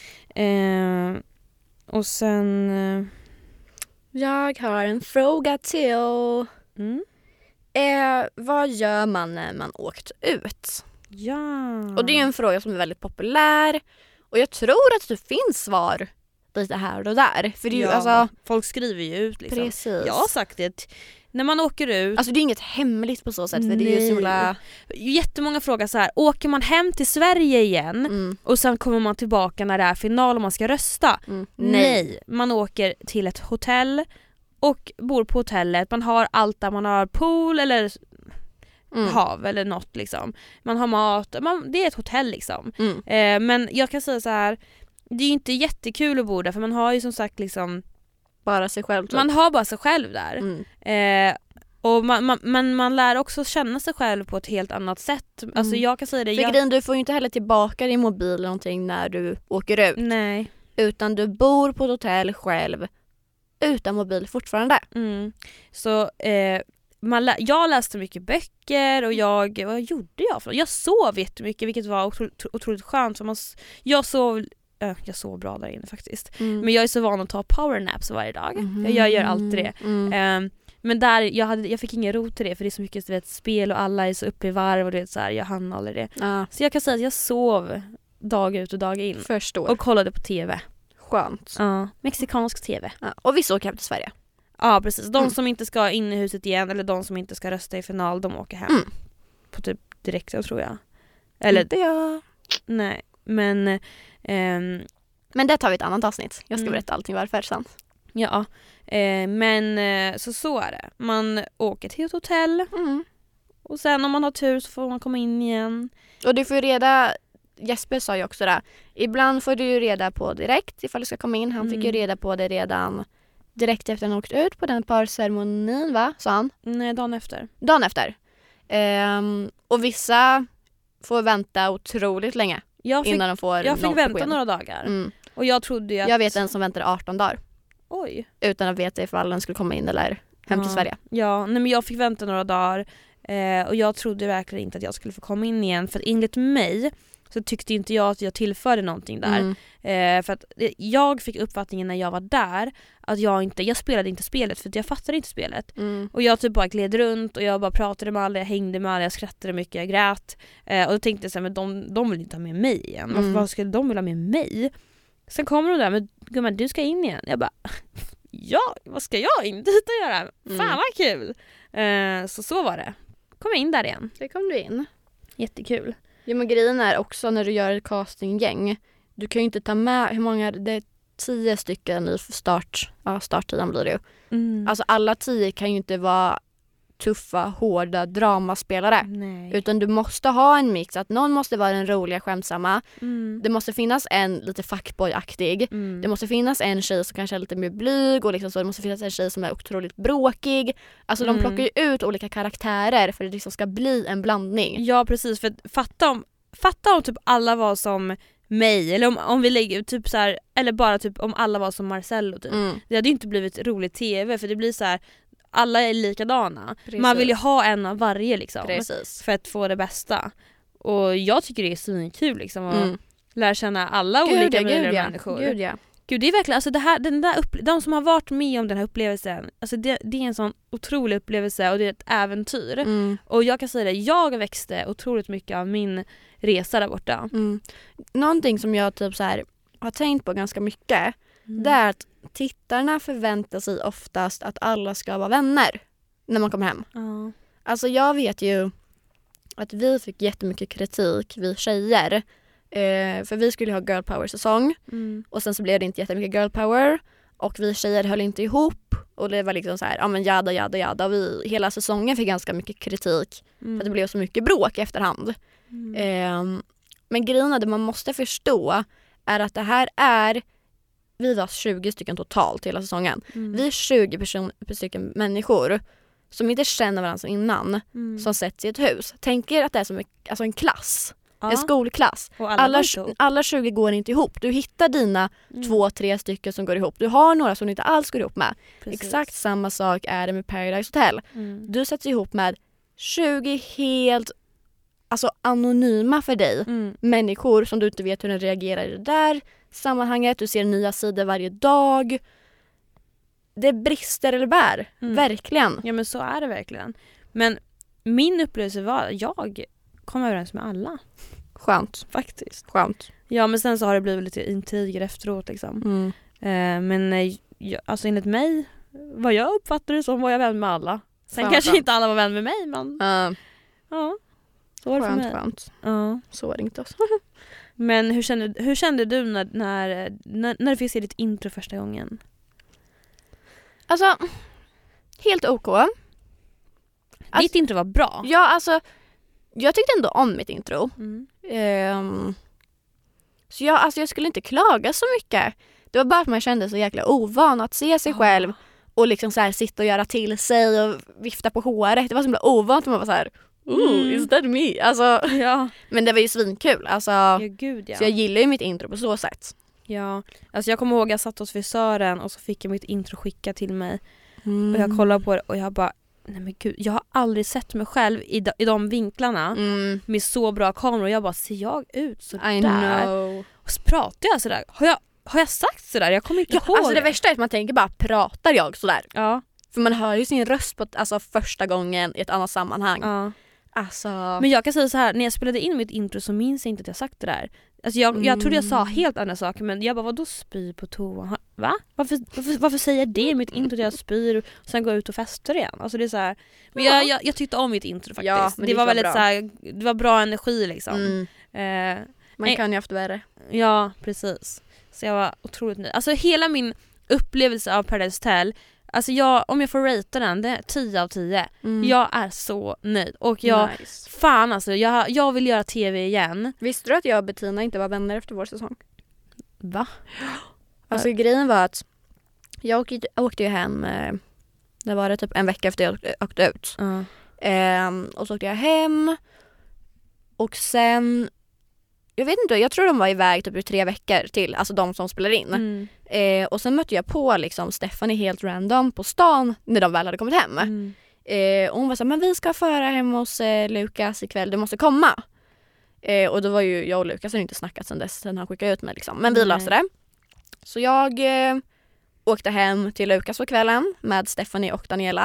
Eh, och sen... Eh, Jag har en fråga till. mm. Eh, vad gör man när man åkt ut? Ja. Och det är ju en fråga som är väldigt populär. Och jag tror att det finns svar lite här och där. För det är ju ja, alltså... folk skriver ju ut liksom. Precis. Jag har sagt det. När man åker ut... Alltså det är inget hemligt på så sätt. För det är ju så Nej. himla... Jättemånga frågar så här: åker man hem till Sverige igen Mm. och sen kommer man tillbaka när det är final och man ska rösta? Mm. Nej. Man åker till ett hotell och bor på hotellet. Man har allt där, man har pool eller Mm. hav eller något liksom. Man har mat, man, det är ett hotell liksom. Mm. Eh, men jag kan säga så här: det är ju inte jättekul att bo där för man har ju som sagt liksom, Bara sig själv typ. man har bara sig själv där. Mm. Eh, och man, man, men man lär också känna sig själv på ett helt annat sätt. Alltså jag kan säga det. För Jag, grejen, du får ju inte heller tillbaka din mobil eller någonting när du åker ut. nej. Utan du bor på ett hotell själv utan mobil fortfarande. Mm. Så eh, man lä- jag läste mycket böcker och jag, vad gjorde jag? För? Jag sov jättemycket, vilket var otroligt, otroligt skönt. För man, s- jag sov äh, jag sov bra där inne faktiskt. Mm. Men jag är så van att ta powernaps varje dag. Mhm. Jag, jag gör alltid det. Mm. Eh, men där, jag, hade, jag fick ingen ro till det för det är så mycket du vet, spel och alla är så uppe i varv och det är så här, jag hann aldrig det. Ja, Så jag kan säga att jag sov dag ut och dag in. förstår. Och kollade på tv. Skönt. Ja, mexikansk tv. Ja. Och vissa åker hem till Sverige. Ja, precis. De Mm. som inte ska in i huset igen eller de som inte ska rösta i final, de åker hem. Mm. På typ direkt, tror jag. Eller, Inte jag. nej. Men, ehm, Men det tar vi ett annat avsnitt. Jag ska Mm. berätta allting varför sen. ja. Eh, men eh, så så är det. Man åker till ett hotell Mm. och sen om man har tur så får man komma in igen. Och du får ju reda, Jesper sa ju också det. Ibland får du ju reda på direkt ifall du ska komma in. Han fick ju Mm. reda på det redan direkt efter han åkt ut på den parceremonin, va? Sa han. Nej, dagen efter. Dagen efter. Ehm, och vissa får vänta otroligt länge Jag fick, innan de får jag fick något vänta besked. några dagar. Mm. Och jag trodde ju att... Jag vet en som väntade arton dagar Oj. utan att veta ifall den skulle komma in eller hem till Ja. Sverige. Ja, nej, men jag fick vänta några dagar eh, och jag trodde verkligen inte att jag skulle få komma in igen för att enligt mig så tyckte inte jag att jag tillförde någonting där. Mm. Eh, för att jag fick uppfattningen när jag var där att jag inte, jag spelade inte spelet för att jag fattade inte spelet. Mm. Och jag typ bara gled runt och jag bara pratade med alla, jag hängde med alla, jag skrattade mycket, jag grät. Eh, och då tänkte jag så här, men de, de vill inte ha med mig igen. Varför, Mm. varför skulle de vilja ha med mig? Sen kommer de där, men gumman du ska in igen. Jag bara, ja, vad ska jag in dit och göra? Fan Mm. vad kul! Eh, så så var det. Kom jag in där igen. Det kom du in. Jättekul. Ja, men grejen är också när du gör ett castinggäng. Du kan ju inte ta med, hur många, det är tio stycken i start, ja, starttiden blir det ju. Mm. Alltså alla tio kan ju inte vara tuffa, hårda dramaspelare. Nej. Utan du måste ha en mix, att någon måste vara den roliga, skämtsamma. Mm. Det måste finnas en lite fuckboy-aktig. Mm. Det måste finnas en tjej som kanske är lite mer blyg och liksom så. Det måste finnas en tjej som är otroligt bråkig. Alltså Mm. de plockar ju ut olika karaktärer för att det liksom ska bli en blandning. Ja precis, för att fatta om, fatta om typ alla var som mig eller om, om vi lägger ut typ så här, eller bara typ om alla var som Marcello typ. Mm. Det hade ju inte blivit roligt tv för det blir så här, alla är likadana. Precis. Man vill ju ha en av varje liksom. Precis. För att få det bästa. Och jag tycker det är svinkul liksom att Mm. lära känna alla Gud, olika ja, möjliga gud, ja. människor. Gud, ja. Gud, det är verkligen, alltså det här, den där upp, de som har varit med om den här upplevelsen, alltså det, det är en sån otrolig upplevelse och det är ett äventyr. Mm. Och jag kan säga det, jag växte otroligt mycket av min resa där borta. Mm. Någonting som jag typ så här har tänkt på ganska mycket, Mm. det är att tittarna förväntar sig oftast att alla ska vara vänner när man kommer hem. Ja. Alltså jag vet ju att vi fick jättemycket kritik, vi tjejer. Eh, för vi skulle ha girl power-säsong. Mm. Och sen så blev det inte jättemycket girl power. Och vi tjejer höll inte ihop. Och det var liksom så här, ja men jada, jada, jada. Och vi, hela säsongen fick ganska mycket kritik. Mm. För att det blev så mycket bråk i efterhand. Mm. Eh, men grejen är det man måste förstå är att det här är, vi var tjugo stycken totalt hela säsongen. Mm. Vi är tjugo person, stycken människor som inte känner varandra som innan. Mm. Som sätts i ett hus. Tänk er att det är som en, alltså en klass. Ja. En skolklass. Och alla, Alla, går inte ihop. alla tjugo går inte ihop. Du hittar dina Mm. två, tre stycken som går ihop. Du har några som du inte alls går ihop med. Precis. Exakt samma sak är det med Paradise Hotel. Mm. Du sätts ihop med tjugo helt alltså anonyma för dig. Mm. Människor som du inte vet hur de reagerar i det där sammanhanget. Du ser nya sidor varje dag. Det brister eller bär. Mm. Verkligen. Ja men så är det verkligen. Men min upplevelse var att jag kom överens med alla. Skönt. Faktiskt. Skönt. Ja men sen så har det blivit lite intriger efteråt liksom. Mm. Eh, men eh, jag, alltså enligt mig, vad jag uppfattade det som var jag vän med alla. Sen Fan, kanske fan. inte alla var vän med mig men Uh, ja. Så var det för skönt, mig. skönt. Ja. Så var det inte oss. Men hur kände, hur kände du när, när, när, när du fick se ditt intro första gången? Alltså, helt OK. Alltså, Ditt intro var bra. ja, alltså, jag tyckte ändå om mitt intro. Mm. Ehm, så jag, alltså, jag skulle inte klaga så mycket. Det var bara att man kände så jäkla ovan att se sig själv och liksom så här sitta och göra till sig och vifta på håret. Det var så himla ovant att man var så här, ooh, Mm. is that me? Alltså, Ja. men det var ju svinkul. Alltså, Ja gud ja. så jag gillar ju mitt intro på så sätt. Ja. Alltså jag kommer ihåg att jag satt hos frisören och så fick jag mitt intro skickat till mig. Mm. Och jag kollade på det och jag bara, nej men gud, jag har aldrig sett mig själv i de, i de vinklarna Mm. med så bra kameror. Och jag bara, ser jag ut så I där? know. Och så pratar jag sådär. Har jag, har jag sagt sådär? Jag kommer inte Ja, ihåg alltså det värsta är att man tänker bara, pratar jag sådär? Ja. För man hör ju sin röst på alltså, första gången i ett annat sammanhang. ja. Alltså, Men jag kan säga så här, när jag spelade in mitt intro så minns jag inte att jag sagt det där. Alltså jag, jag trodde jag sa helt andra saker men jag bara, vadå spy på toa? Ha- Va? Varför, varför, varför säger jag det i mitt intro att jag spyr och sen går ut och festar igen? Alltså det är så här, men jag, jag, jag tyckte om mitt intro faktiskt. Ja, men det det var var väldigt bra. så här, det var bra energi liksom. mm, Eh, man Nej. kan ju haft värre. ja, precis. Så jag var otroligt nöjd. Alltså hela min upplevelse av Paradise Hotel, alltså jag, om jag får ratea den, det är tio av tio. Mm. Jag är så nöjd. Och jag, Nice. fan alltså, jag, jag vill göra tv igen. Visste du att jag och Bettina inte var vänner efter vår säsong? Va? Alltså grejen var att jag åkte, åkte ju hem, eh, det var det typ en vecka efter jag åkte, åkte ut. Ja. Ehm, och så åkte jag hem och sen, jag vet inte, jag tror de var iväg typ i tre veckor till, alltså de som spelar in. Mm. Eh, och sen mötte jag på liksom Stephanie helt random på stan när de väl hade kommit hem. Mm. Eh, och hon var så här, men vi ska föra hem hos eh, Lukas ikväll, du måste komma. Eh, och då var ju jag och Lukas har inte snackat sen dess, sen han skickade ut mig liksom. Men vi Nej. löste det. Så jag eh, åkte hem till Lukas på kvällen med Stephanie och Daniela.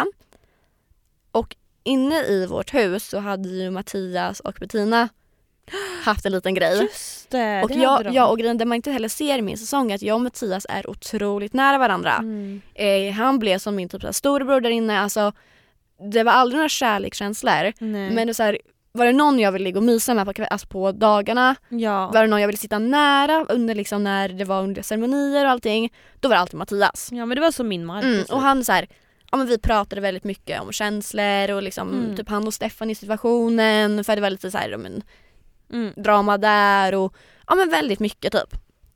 Och inne i vårt hus så hade ju Mattias och Bettina haft en liten grej. Just det, Och det jag, hade de. jag och grejen, det man inte heller ser i min säsong är att jag och Mattias är otroligt nära varandra. Mm. Eh, han blev som min typ så här storebror där inne. Alltså, det var aldrig några kärlekskänslor. Nej. Men det är så här, var det någon jag ville ligga och mysa med på, kväll, alltså på dagarna, ja. var det någon jag ville sitta nära under liksom när det var under ceremonier och allting, då var det alltid Mattias. ja men det var som min man. Mm, och han så här, ja men vi pratade väldigt mycket om känslor och liksom Mm. typ han och Stefan i situationen, för det var lite så här, ja, men, mm. drama där och ja men väldigt mycket typ.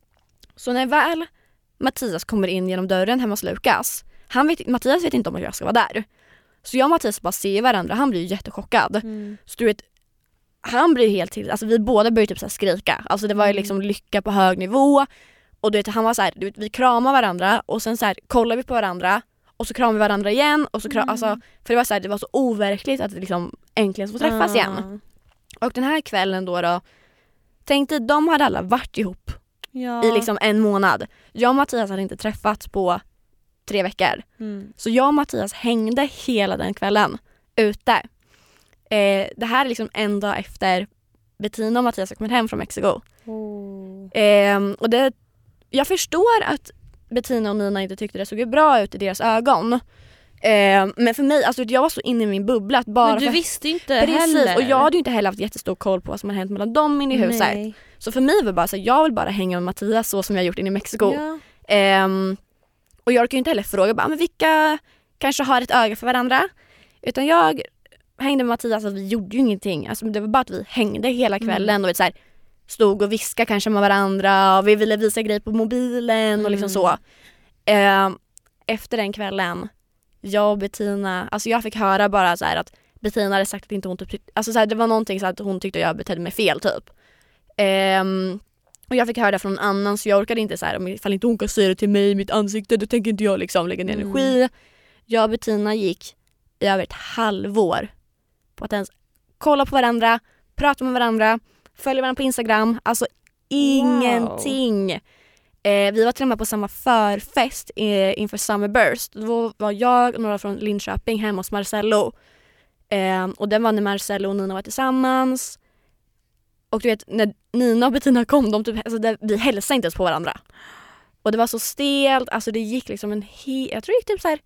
Så när väl Mattias kommer in genom dörren hemma hos Lukas, han vet, Mattias vet inte om att jag ska vara där. Så jag och Mattias bara ser varandra, han blir ju jättechockad. Mm. Så du vet, han blir helt till, alltså vi båda började typ så här skrika. Alltså det var ju Mm. liksom lycka på hög nivå. Och du vet, han var så här, du vet, vi kramar varandra och sen så här kollar vi på varandra och så kramar vi varandra igen och så kram, Mm. alltså, för det var så här, det var så overkligt att liksom äntligen få träffas Ah. igen. Och den här kvällen då då tänkte, de hade alla varit ihop Ja. i liksom en månad. Jag och Mattias hade inte träffats på tre veckor. Mm. Så jag och Mattias hängde hela den kvällen ute. Eh, det här är liksom en dag efter Bettina och Mattias har kommit hem från Mexiko. Oh. Eh, och det, jag förstår att Bettina och Nina inte tyckte det såg bra ut i deras ögon. Eh, men för mig, alltså jag var så inne i min bubbla att bara Men du för, visste inte precis, heller. och jag hade ju inte heller haft jättestor koll på vad som hade hänt mellan dem inne i huset. Nej. Så för mig var det bara så här, jag vill bara hänga med Mattias så som jag gjort inne i Mexiko. Ja. Eh, och jag kan ju inte heller fråga bara, men vilka kanske har ett öga för varandra. Utan jag hängde med Mattias och vi gjorde ju ingenting. Alltså, det var bara att vi hängde hela kvällen Mm. och vet, så här, stod och viskade kanske med varandra och vi ville visa grejer på mobilen och Mm. liksom så. Eh, efter den kvällen, jag och Bettina, alltså jag fick höra bara så här att Bettina hade sagt att inte hon typ, alltså så här, det var någonting så att hon tyckte jag betedde mig fel typ. Eh, och jag fick höra det från någon annan så jag orkade inte så här, ifall inte hon kan säga det till mig i mitt ansikte då tänker inte jag liksom lägga ner Mm. energi. Jag och Bettina gick i över ett halvår på att ens kolla på varandra, prata med varandra, följa varandra på Instagram, alltså ingenting. Eh, vi var till och med på samma förfest eh, inför Summerburst. Då var jag och några från Linköping hemma hos Marcello. Eh, och den var när Marcello och Nina var tillsammans. Och du vet, när Nina och Bettina kom, de typ, alltså det, vi hälsade inte ens på varandra. Och det var så stelt, alltså det gick liksom en he- jag tror det gick typ så här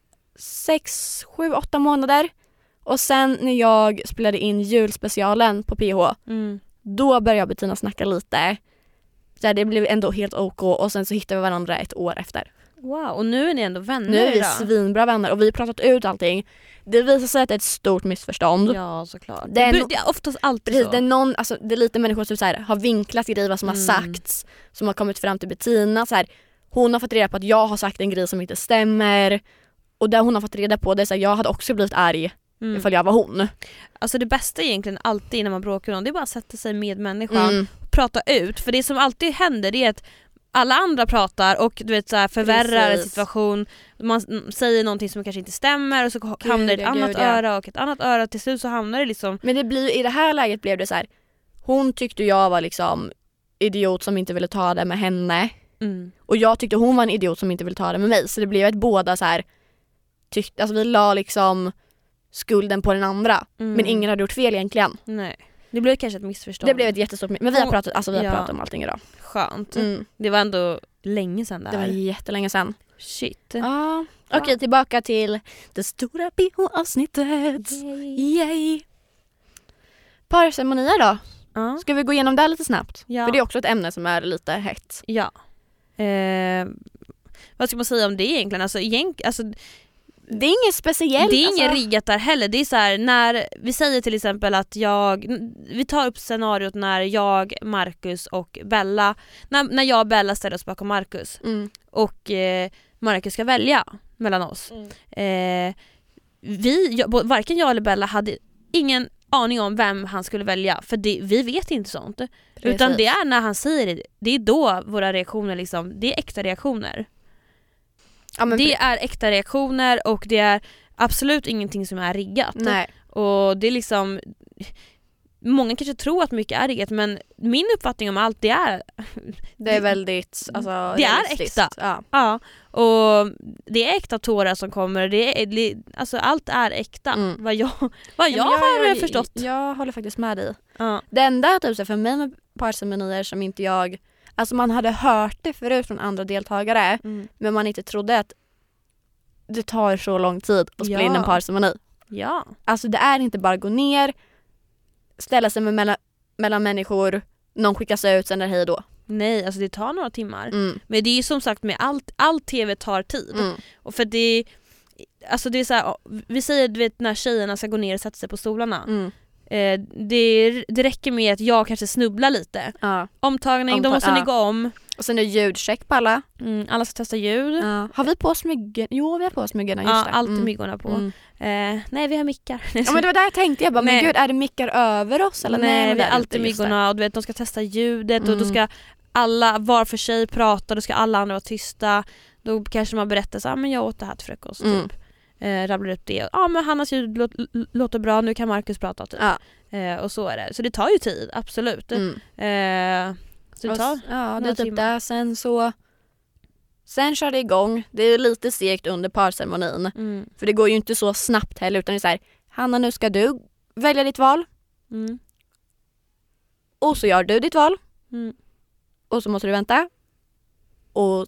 sex, sju, åtta månader. Och sen när jag spelade in julspecialen på P H, Mm. då började jag och Bettina snacka lite. Så det blev ändå helt OK och sen så hittade vi varandra ett år efter. Wow, och nu är ni ändå vänner Nu är vi då? svinbra vänner och vi har pratat ut allting. Det visar sig att det är ett stort missförstånd. Ja, såklart. Det Det är är, no- det är oftast alltid Precis, så. det är någon, alltså det är lite människor som så här, har vinklat grejer vad som Mm. har sagts, som har kommit fram till Bettina. Så här, hon har fått reda på att jag har sagt en grej som inte stämmer. Och det hon har fått reda på det är så här, jag hade också blivit arg Mm. ifall jag var hon. Alltså det bästa egentligen alltid när man bråkar med någon, det är bara att sätta sig med människan Mm. och prata ut. För det som alltid händer det är att alla andra pratar och du vet så här, förvärrar en Precis. situation. Man s- säger någonting som kanske inte stämmer och så Gud, hamnar det ett ja, annat gud, ja. öra och ett annat öra. Till slut så hamnar det liksom... Men det blir, i det här läget blev det så här, hon tyckte jag var liksom idiot som inte ville ta det med henne. Mm. Och jag tyckte hon var en idiot som inte ville ta det med mig. Så det blev ett båda så här, tyckte, alltså vi la liksom skulden på den andra. Mm. Men ingen hade gjort fel egentligen. Nej. Det blev kanske ett missförstånd. Det blev ett jättestort, men vi har Och- pratat, alltså vi har ja. pratat om allting idag. Skönt. Mm. Det var ändå länge sedan det Det var här. jättelänge sedan. Shit. Ja. Okej, tillbaka till det stora B H-avsnittet. Yay! Parceremonier då? Ja. Ska vi gå igenom det lite snabbt? Ja. För det är också ett ämne som är lite hett. Ja. Eh, vad ska man säga om det egentligen? Alltså, egent, alltså, Det är inget speciellt. det är inget alltså. riggat där heller. Det är så här, när vi säger till exempel att jag, vi tar upp scenariot när jag, Marcus och Bella, när, när jag och Bella ställer oss bakom Marcus Mm. och eh, Marcus ska välja mellan oss. Mm. Eh, vi, jag, bo- varken jag eller Bella hade ingen aning om vem han skulle välja, för det, vi vet inte sånt. Utan det är när han säger det, det är då våra reaktioner liksom, det är äkta reaktioner. Ja, men Det är äkta reaktioner och det är absolut ingenting som är riggat. Nej. Och det är liksom, många kanske tror att mycket är riggat, men min uppfattning om allt det är Det är väldigt alltså, Det är realistiskt. äkta. Ja. ja, och det är äkta tårar som kommer, det är, det, alltså allt är äkta. Mm. Vad jag, vad jag, Ja, men har jag, förstått. Jag håller faktiskt med dig. Ja. Det enda typ, så för mig med parceremonier som inte jag... Alltså man hade hört det förut från andra deltagare, Mm. men man inte trodde att det tar så lång tid att spela Ja. in en parceremoni. Ja. Alltså det är inte bara gå ner, ställa sig med mellan, mellan människor, någon skickas ut, sen är det hej då. Nej, alltså det tar några timmar. Mm. Men det är ju som sagt med allt, all tv tar tid. Mm. Och för det, alltså det är så här, vi säger du vet när tjejerna ska gå ner och sätta sig på stolarna. Mm. Eh, det, det räcker med att jag kanske snubblar lite. Ja. Omtagning, Omtag- de måste ja. ligga om. Och sen är det ljudcheck på alla. Mm, alla ska testa ljud. Ja. Har vi på oss myggen? Jo, vi har på oss myggorna, just Ja, det. alltid Mm. myggorna på. Mm. Eh, nej, vi har mickar. Ja, men det var där jag tänkte, jag bara, men Nej. gud, är det mickar över oss? Eller? nej, men vi det har är alltid inte, just det. myggorna och du vet, de ska testa ljudet och då Mm. ska alla var för sig prata, då ska alla andra vara tysta. Då kanske man berättar så ah, men jag åt det här till frukost Mm. typ. Eh, rabblar upp det. Ja, ah, men Hannas ljud lå- l- låter bra, nu kan Marcus prata typ. Ja. Eh, och så är det. Så det tar ju tid, absolut. Mm. Eh, Så det tar Och, ja, det är några typ timmar. det. Sen så... Sen kör det igång. Det är lite segt under parceremonin. Mm. För det går ju inte så snabbt heller. Utan det är så här, Hanna, nu ska du välja ditt val. Mm. Och så gör du ditt val. Mm. Och så måste du vänta. Och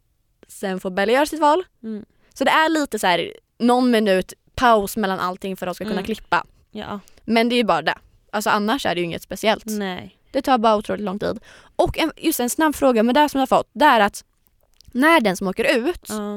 sen får Bella göra sitt val. Mm. Så det är lite så här någon minut paus mellan allting för att de ska kunna Mm. klippa. Ja. Men det är ju bara det. Alltså annars är det ju inget speciellt. Nej. Det tar bara otroligt lång tid. Och en, just en snabb fråga med det som jag har fått. Det är att när den som åker ut. Ja.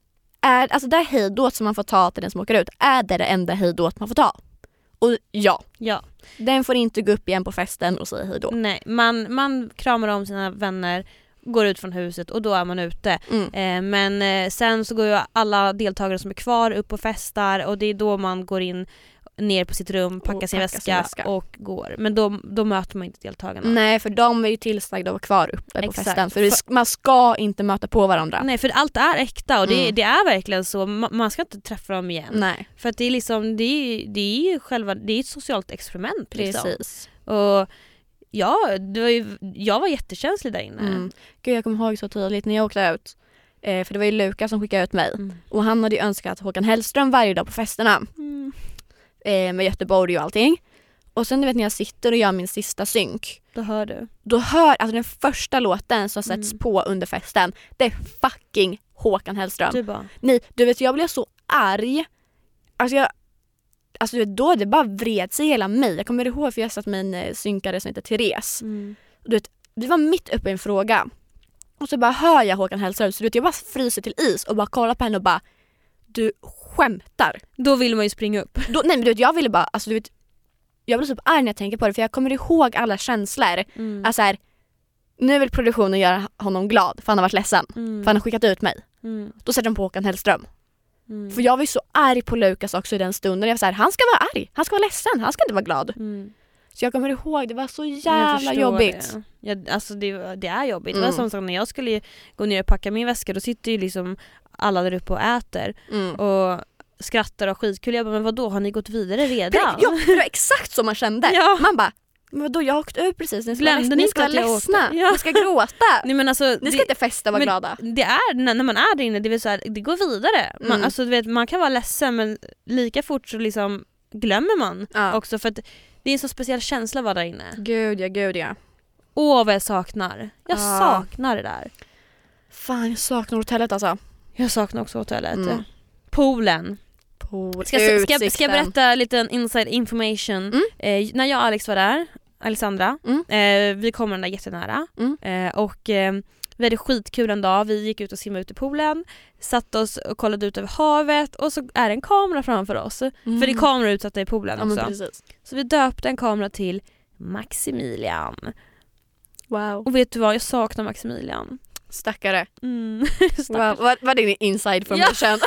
Är, alltså det här hejdåt som man får ta till den som åker ut. Är det det enda hejdåt man får ta? Och ja. Ja. Den får inte gå upp igen på festen och säga hejdå. Nej, man, man kramar om sina vänner, går ut från huset och då är man ute. Mm. Eh, men eh, sen så går ju alla deltagare som är kvar upp och festar och det är då man går in ner på sitt rum, packar sin, packar väska sin väska och går. Men då, då möter man inte deltagarna. Nej, för de är ju tillsagda att vara kvar uppe på Exakt. festen. För det, man ska inte möta på varandra. Nej, för allt är äkta och det, Mm. det är verkligen så. Ma- man ska inte träffa dem igen. Nej, För att det är liksom, det är, det är ju själva, det är ett socialt experiment liksom. precis. Och ja, det var ju, jag var jättekänslig där inne. Mm. Gud, jag kommer ihåg så tydligt när jag åkte ut. Eh, för det var ju Lukas som skickade ut mig. Mm. Och han hade ju önskat Håkan Hellström varje dag på festerna. Mm. Eh, med Göteborg och allting. Och sen du vet när jag sitter och gör min sista synk. Då hör du. Då hör, alltså den första låten som sätts Mm. på under festen. Det är fucking Håkan Hellström. Du bara, Nej, du vet jag blev så arg. Alltså jag... Alltså du vet, då det bara vred sig hela mig. Jag kommer ihåg för jag satt med en eh, synkare som heter Therese. mm. Du vet, vi var mitt uppe i en fråga. Och så bara hör jag Håkan Hellström. Så du vet, jag bara fryser till is och bara kollar på henne och bara... Du skämtar. Då vill man ju springa upp. Då, nej men du vet, jag ville bara... Alltså du vet... Jag blir typ arg när jag tänker på det. För jag kommer ihåg alla känslor. Mm. Alltså här... Nu vill produktionen göra honom glad. För han har varit ledsen. Mm. För han har skickat ut mig. Mm. Då sätter de på Håkan Hellström. Mm. För jag var ju så arg på Lukas också i den stunden. Jag var så här, han ska vara arg. Han ska vara ledsen. Han ska inte vara glad. Mm. Så jag kommer ihåg, det var så Jag jävla förstår jobbigt. Det. Ja, alltså det, det är jobbigt. Det Mm. var som sagt när jag skulle gå ner och packa min väska, då sitter ju liksom alla där uppe och äter Mm. och skrattar och skitkul. Jag bara, men vadå, har ni gått vidare För, redan? ja, för det var exakt så man kände. Ja. Man bara, men vadå, jag har åkt ut precis. Ni ska Glömde vara, ni ni ska inte vara att jag ledsna. åkte? Ja. Ni ska gråta. Nej, men alltså, Ni ska det, inte festa och vara men glada. det är, när, när man är där inne, det vill säga, det går vidare. Man, Mm. alltså, du vet, man kan vara ledsen men lika fort så liksom glömmer man Ja. också för att det är en så speciell känsla att vara där inne. Gud ja, gud ja. Åh vad jag saknar. Jag Ja. saknar det där. Fan, jag saknar hotellet alltså. Jag saknar också hotellet. Mm. Poolen. På Ska, ska, ska, ska jag berätta lite inside information? Mm. Eh, när jag och Alex var där, Alexandra, Mm. eh, vi kommer den där jättenära. Mm. Eh, och eh, vi hade skitkul en dag. Vi gick ut och simmade ut i poolen, satt oss och kollade ut över havet och så är det en kamera framför oss. Mm. För det är kameror utsatta i poolen Ja, men också. precis. Så vi döpte en kamera till Maximilian. Wow. Och vet du vad, jag saknar Maximilian. Stackare. Mm. Wow. Vad var din inside information?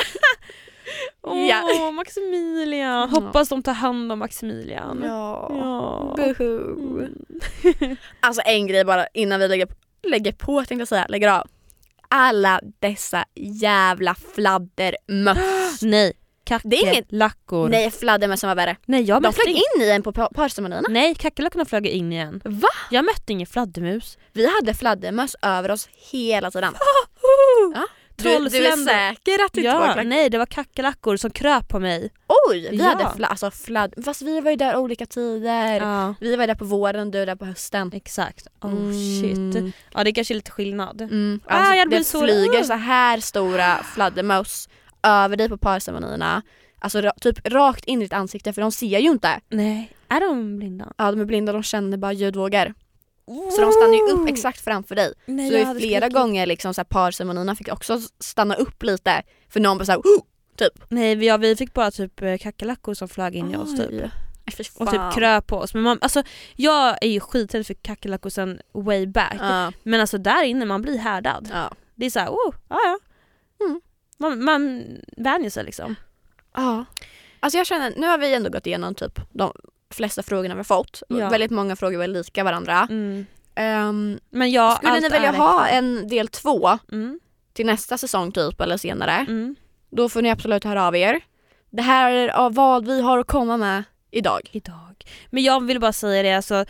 Åh, Ja. Maximilian. Hoppas de tar hand om Maximilian. Ja. Ja. Buhu. Mm. Alltså en grej bara innan vi lägger, lägger på, tänkte jag säga, lägger av. Alla dessa jävla fladdermöss. Nej, Det är inget- kackerlackor. Nej, fladdermössen var värre. Nej, jag De mötte flög ing- in i en på pa- parceremonierna. Nej, kackerlackorna flög in igen. Va? Jag mötte ingen fladdermus. Vi hade fladdermöss över oss hela tiden. Ja. Du, du är Trollsländer. säker att det inte var Ja, klack? nej, det var kackerlackor som kröp på mig. Oj, vi Ja. hade fla- alltså fladd... Fast vi var ju där olika tider. Ja, Vi var där på våren, du där på hösten. exakt. Oh Mm. shit. Ja, det är kanske är lite skillnad. Mm. Ah, Alltså, jag blir det så- flyger uh. så här stora fladdermöss över dig på parceremonierna. Alltså ra- typ rakt in i ditt ansikte, för de ser ju inte. Nej, är de blinda? Ja, de är blinda, de känner bara ljudvågor. Så de stannar ju upp exakt framför dig. Nej, så jag det är hade flera skrikit. gånger liksom, så här, parceremonierna fick också stanna upp lite. För någon bara såhär, oh! Typ. Nej, vi, ja, vi fick bara typ eh, kackerlackor som flög in i oss typ. Oj. Fy Och fan. typ kröp på oss. Men man, alltså, jag är ju skiträdd för kackerlackor sen way back. Ja, Men alltså där inne, man blir härdad. ja. Det är såhär, oh, ja ja. Mm. Man, man vänjer sig liksom. Ja. Alltså jag känner, nu har vi ändå gått igenom typ de flesta frågorna vi har fått. Ja. Väldigt många frågor var lika varandra. Mm. Ehm, Men ja, skulle allt ni vilja är ha äkta. en del två Mm. till nästa säsong typ eller senare? Mm. Då får ni absolut höra av er. Det här är av vad vi har att komma med idag. Idag. Men jag vill bara säga det, alltså,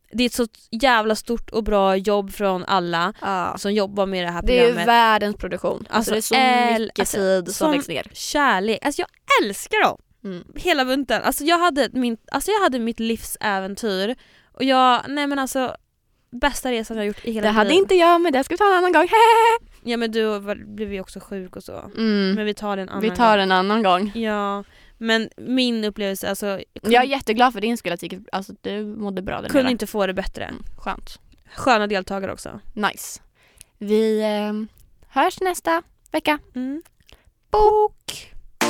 det är ett så jävla stort och bra jobb från alla Ja. som jobbar med det här Det är programmet. ju världens produktion. Alltså, Alltså, det är så äl- mycket alltså, tid som som läggs ner. Kärlek. Alltså jag älskar dem. Mm. Hela bunten. Alltså jag hade min alltså jag hade mitt livsäventyr och jag nej men alltså bästa resan jag gjort i hela Det mitt hade liv. inte jag, men det ska vi ta en annan gång. Ja men du var- blev ju också sjuk och så. Mm. Men vi tar det en annan Vi tar gång. en annan gång. Ja, men min upplevelse alltså jag kunde, Jag är jätteglad för din skull att gick- alltså, du mådde bra där kunde nere. inte få det bättre. Mm, skönt. Sköna deltagare också. Nice. Vi eh, hörs nästa vecka. Mm. Bok!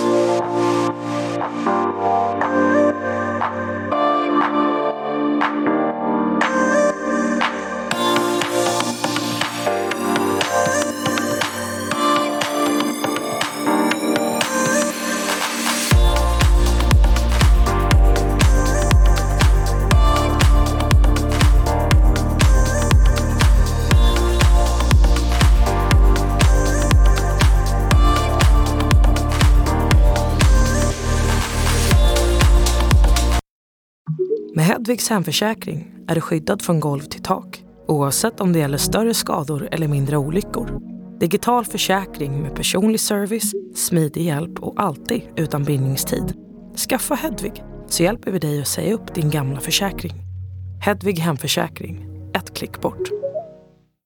Med Hedvigs hemförsäkring är du skyddad från golv till tak, oavsett om det gäller större skador eller mindre olyckor. Digital försäkring med personlig service, smidig hjälp och alltid utan bindningstid. Skaffa Hedvig så hjälper vi dig att säga upp din gamla försäkring. Hedvig hemförsäkring, ett klick bort.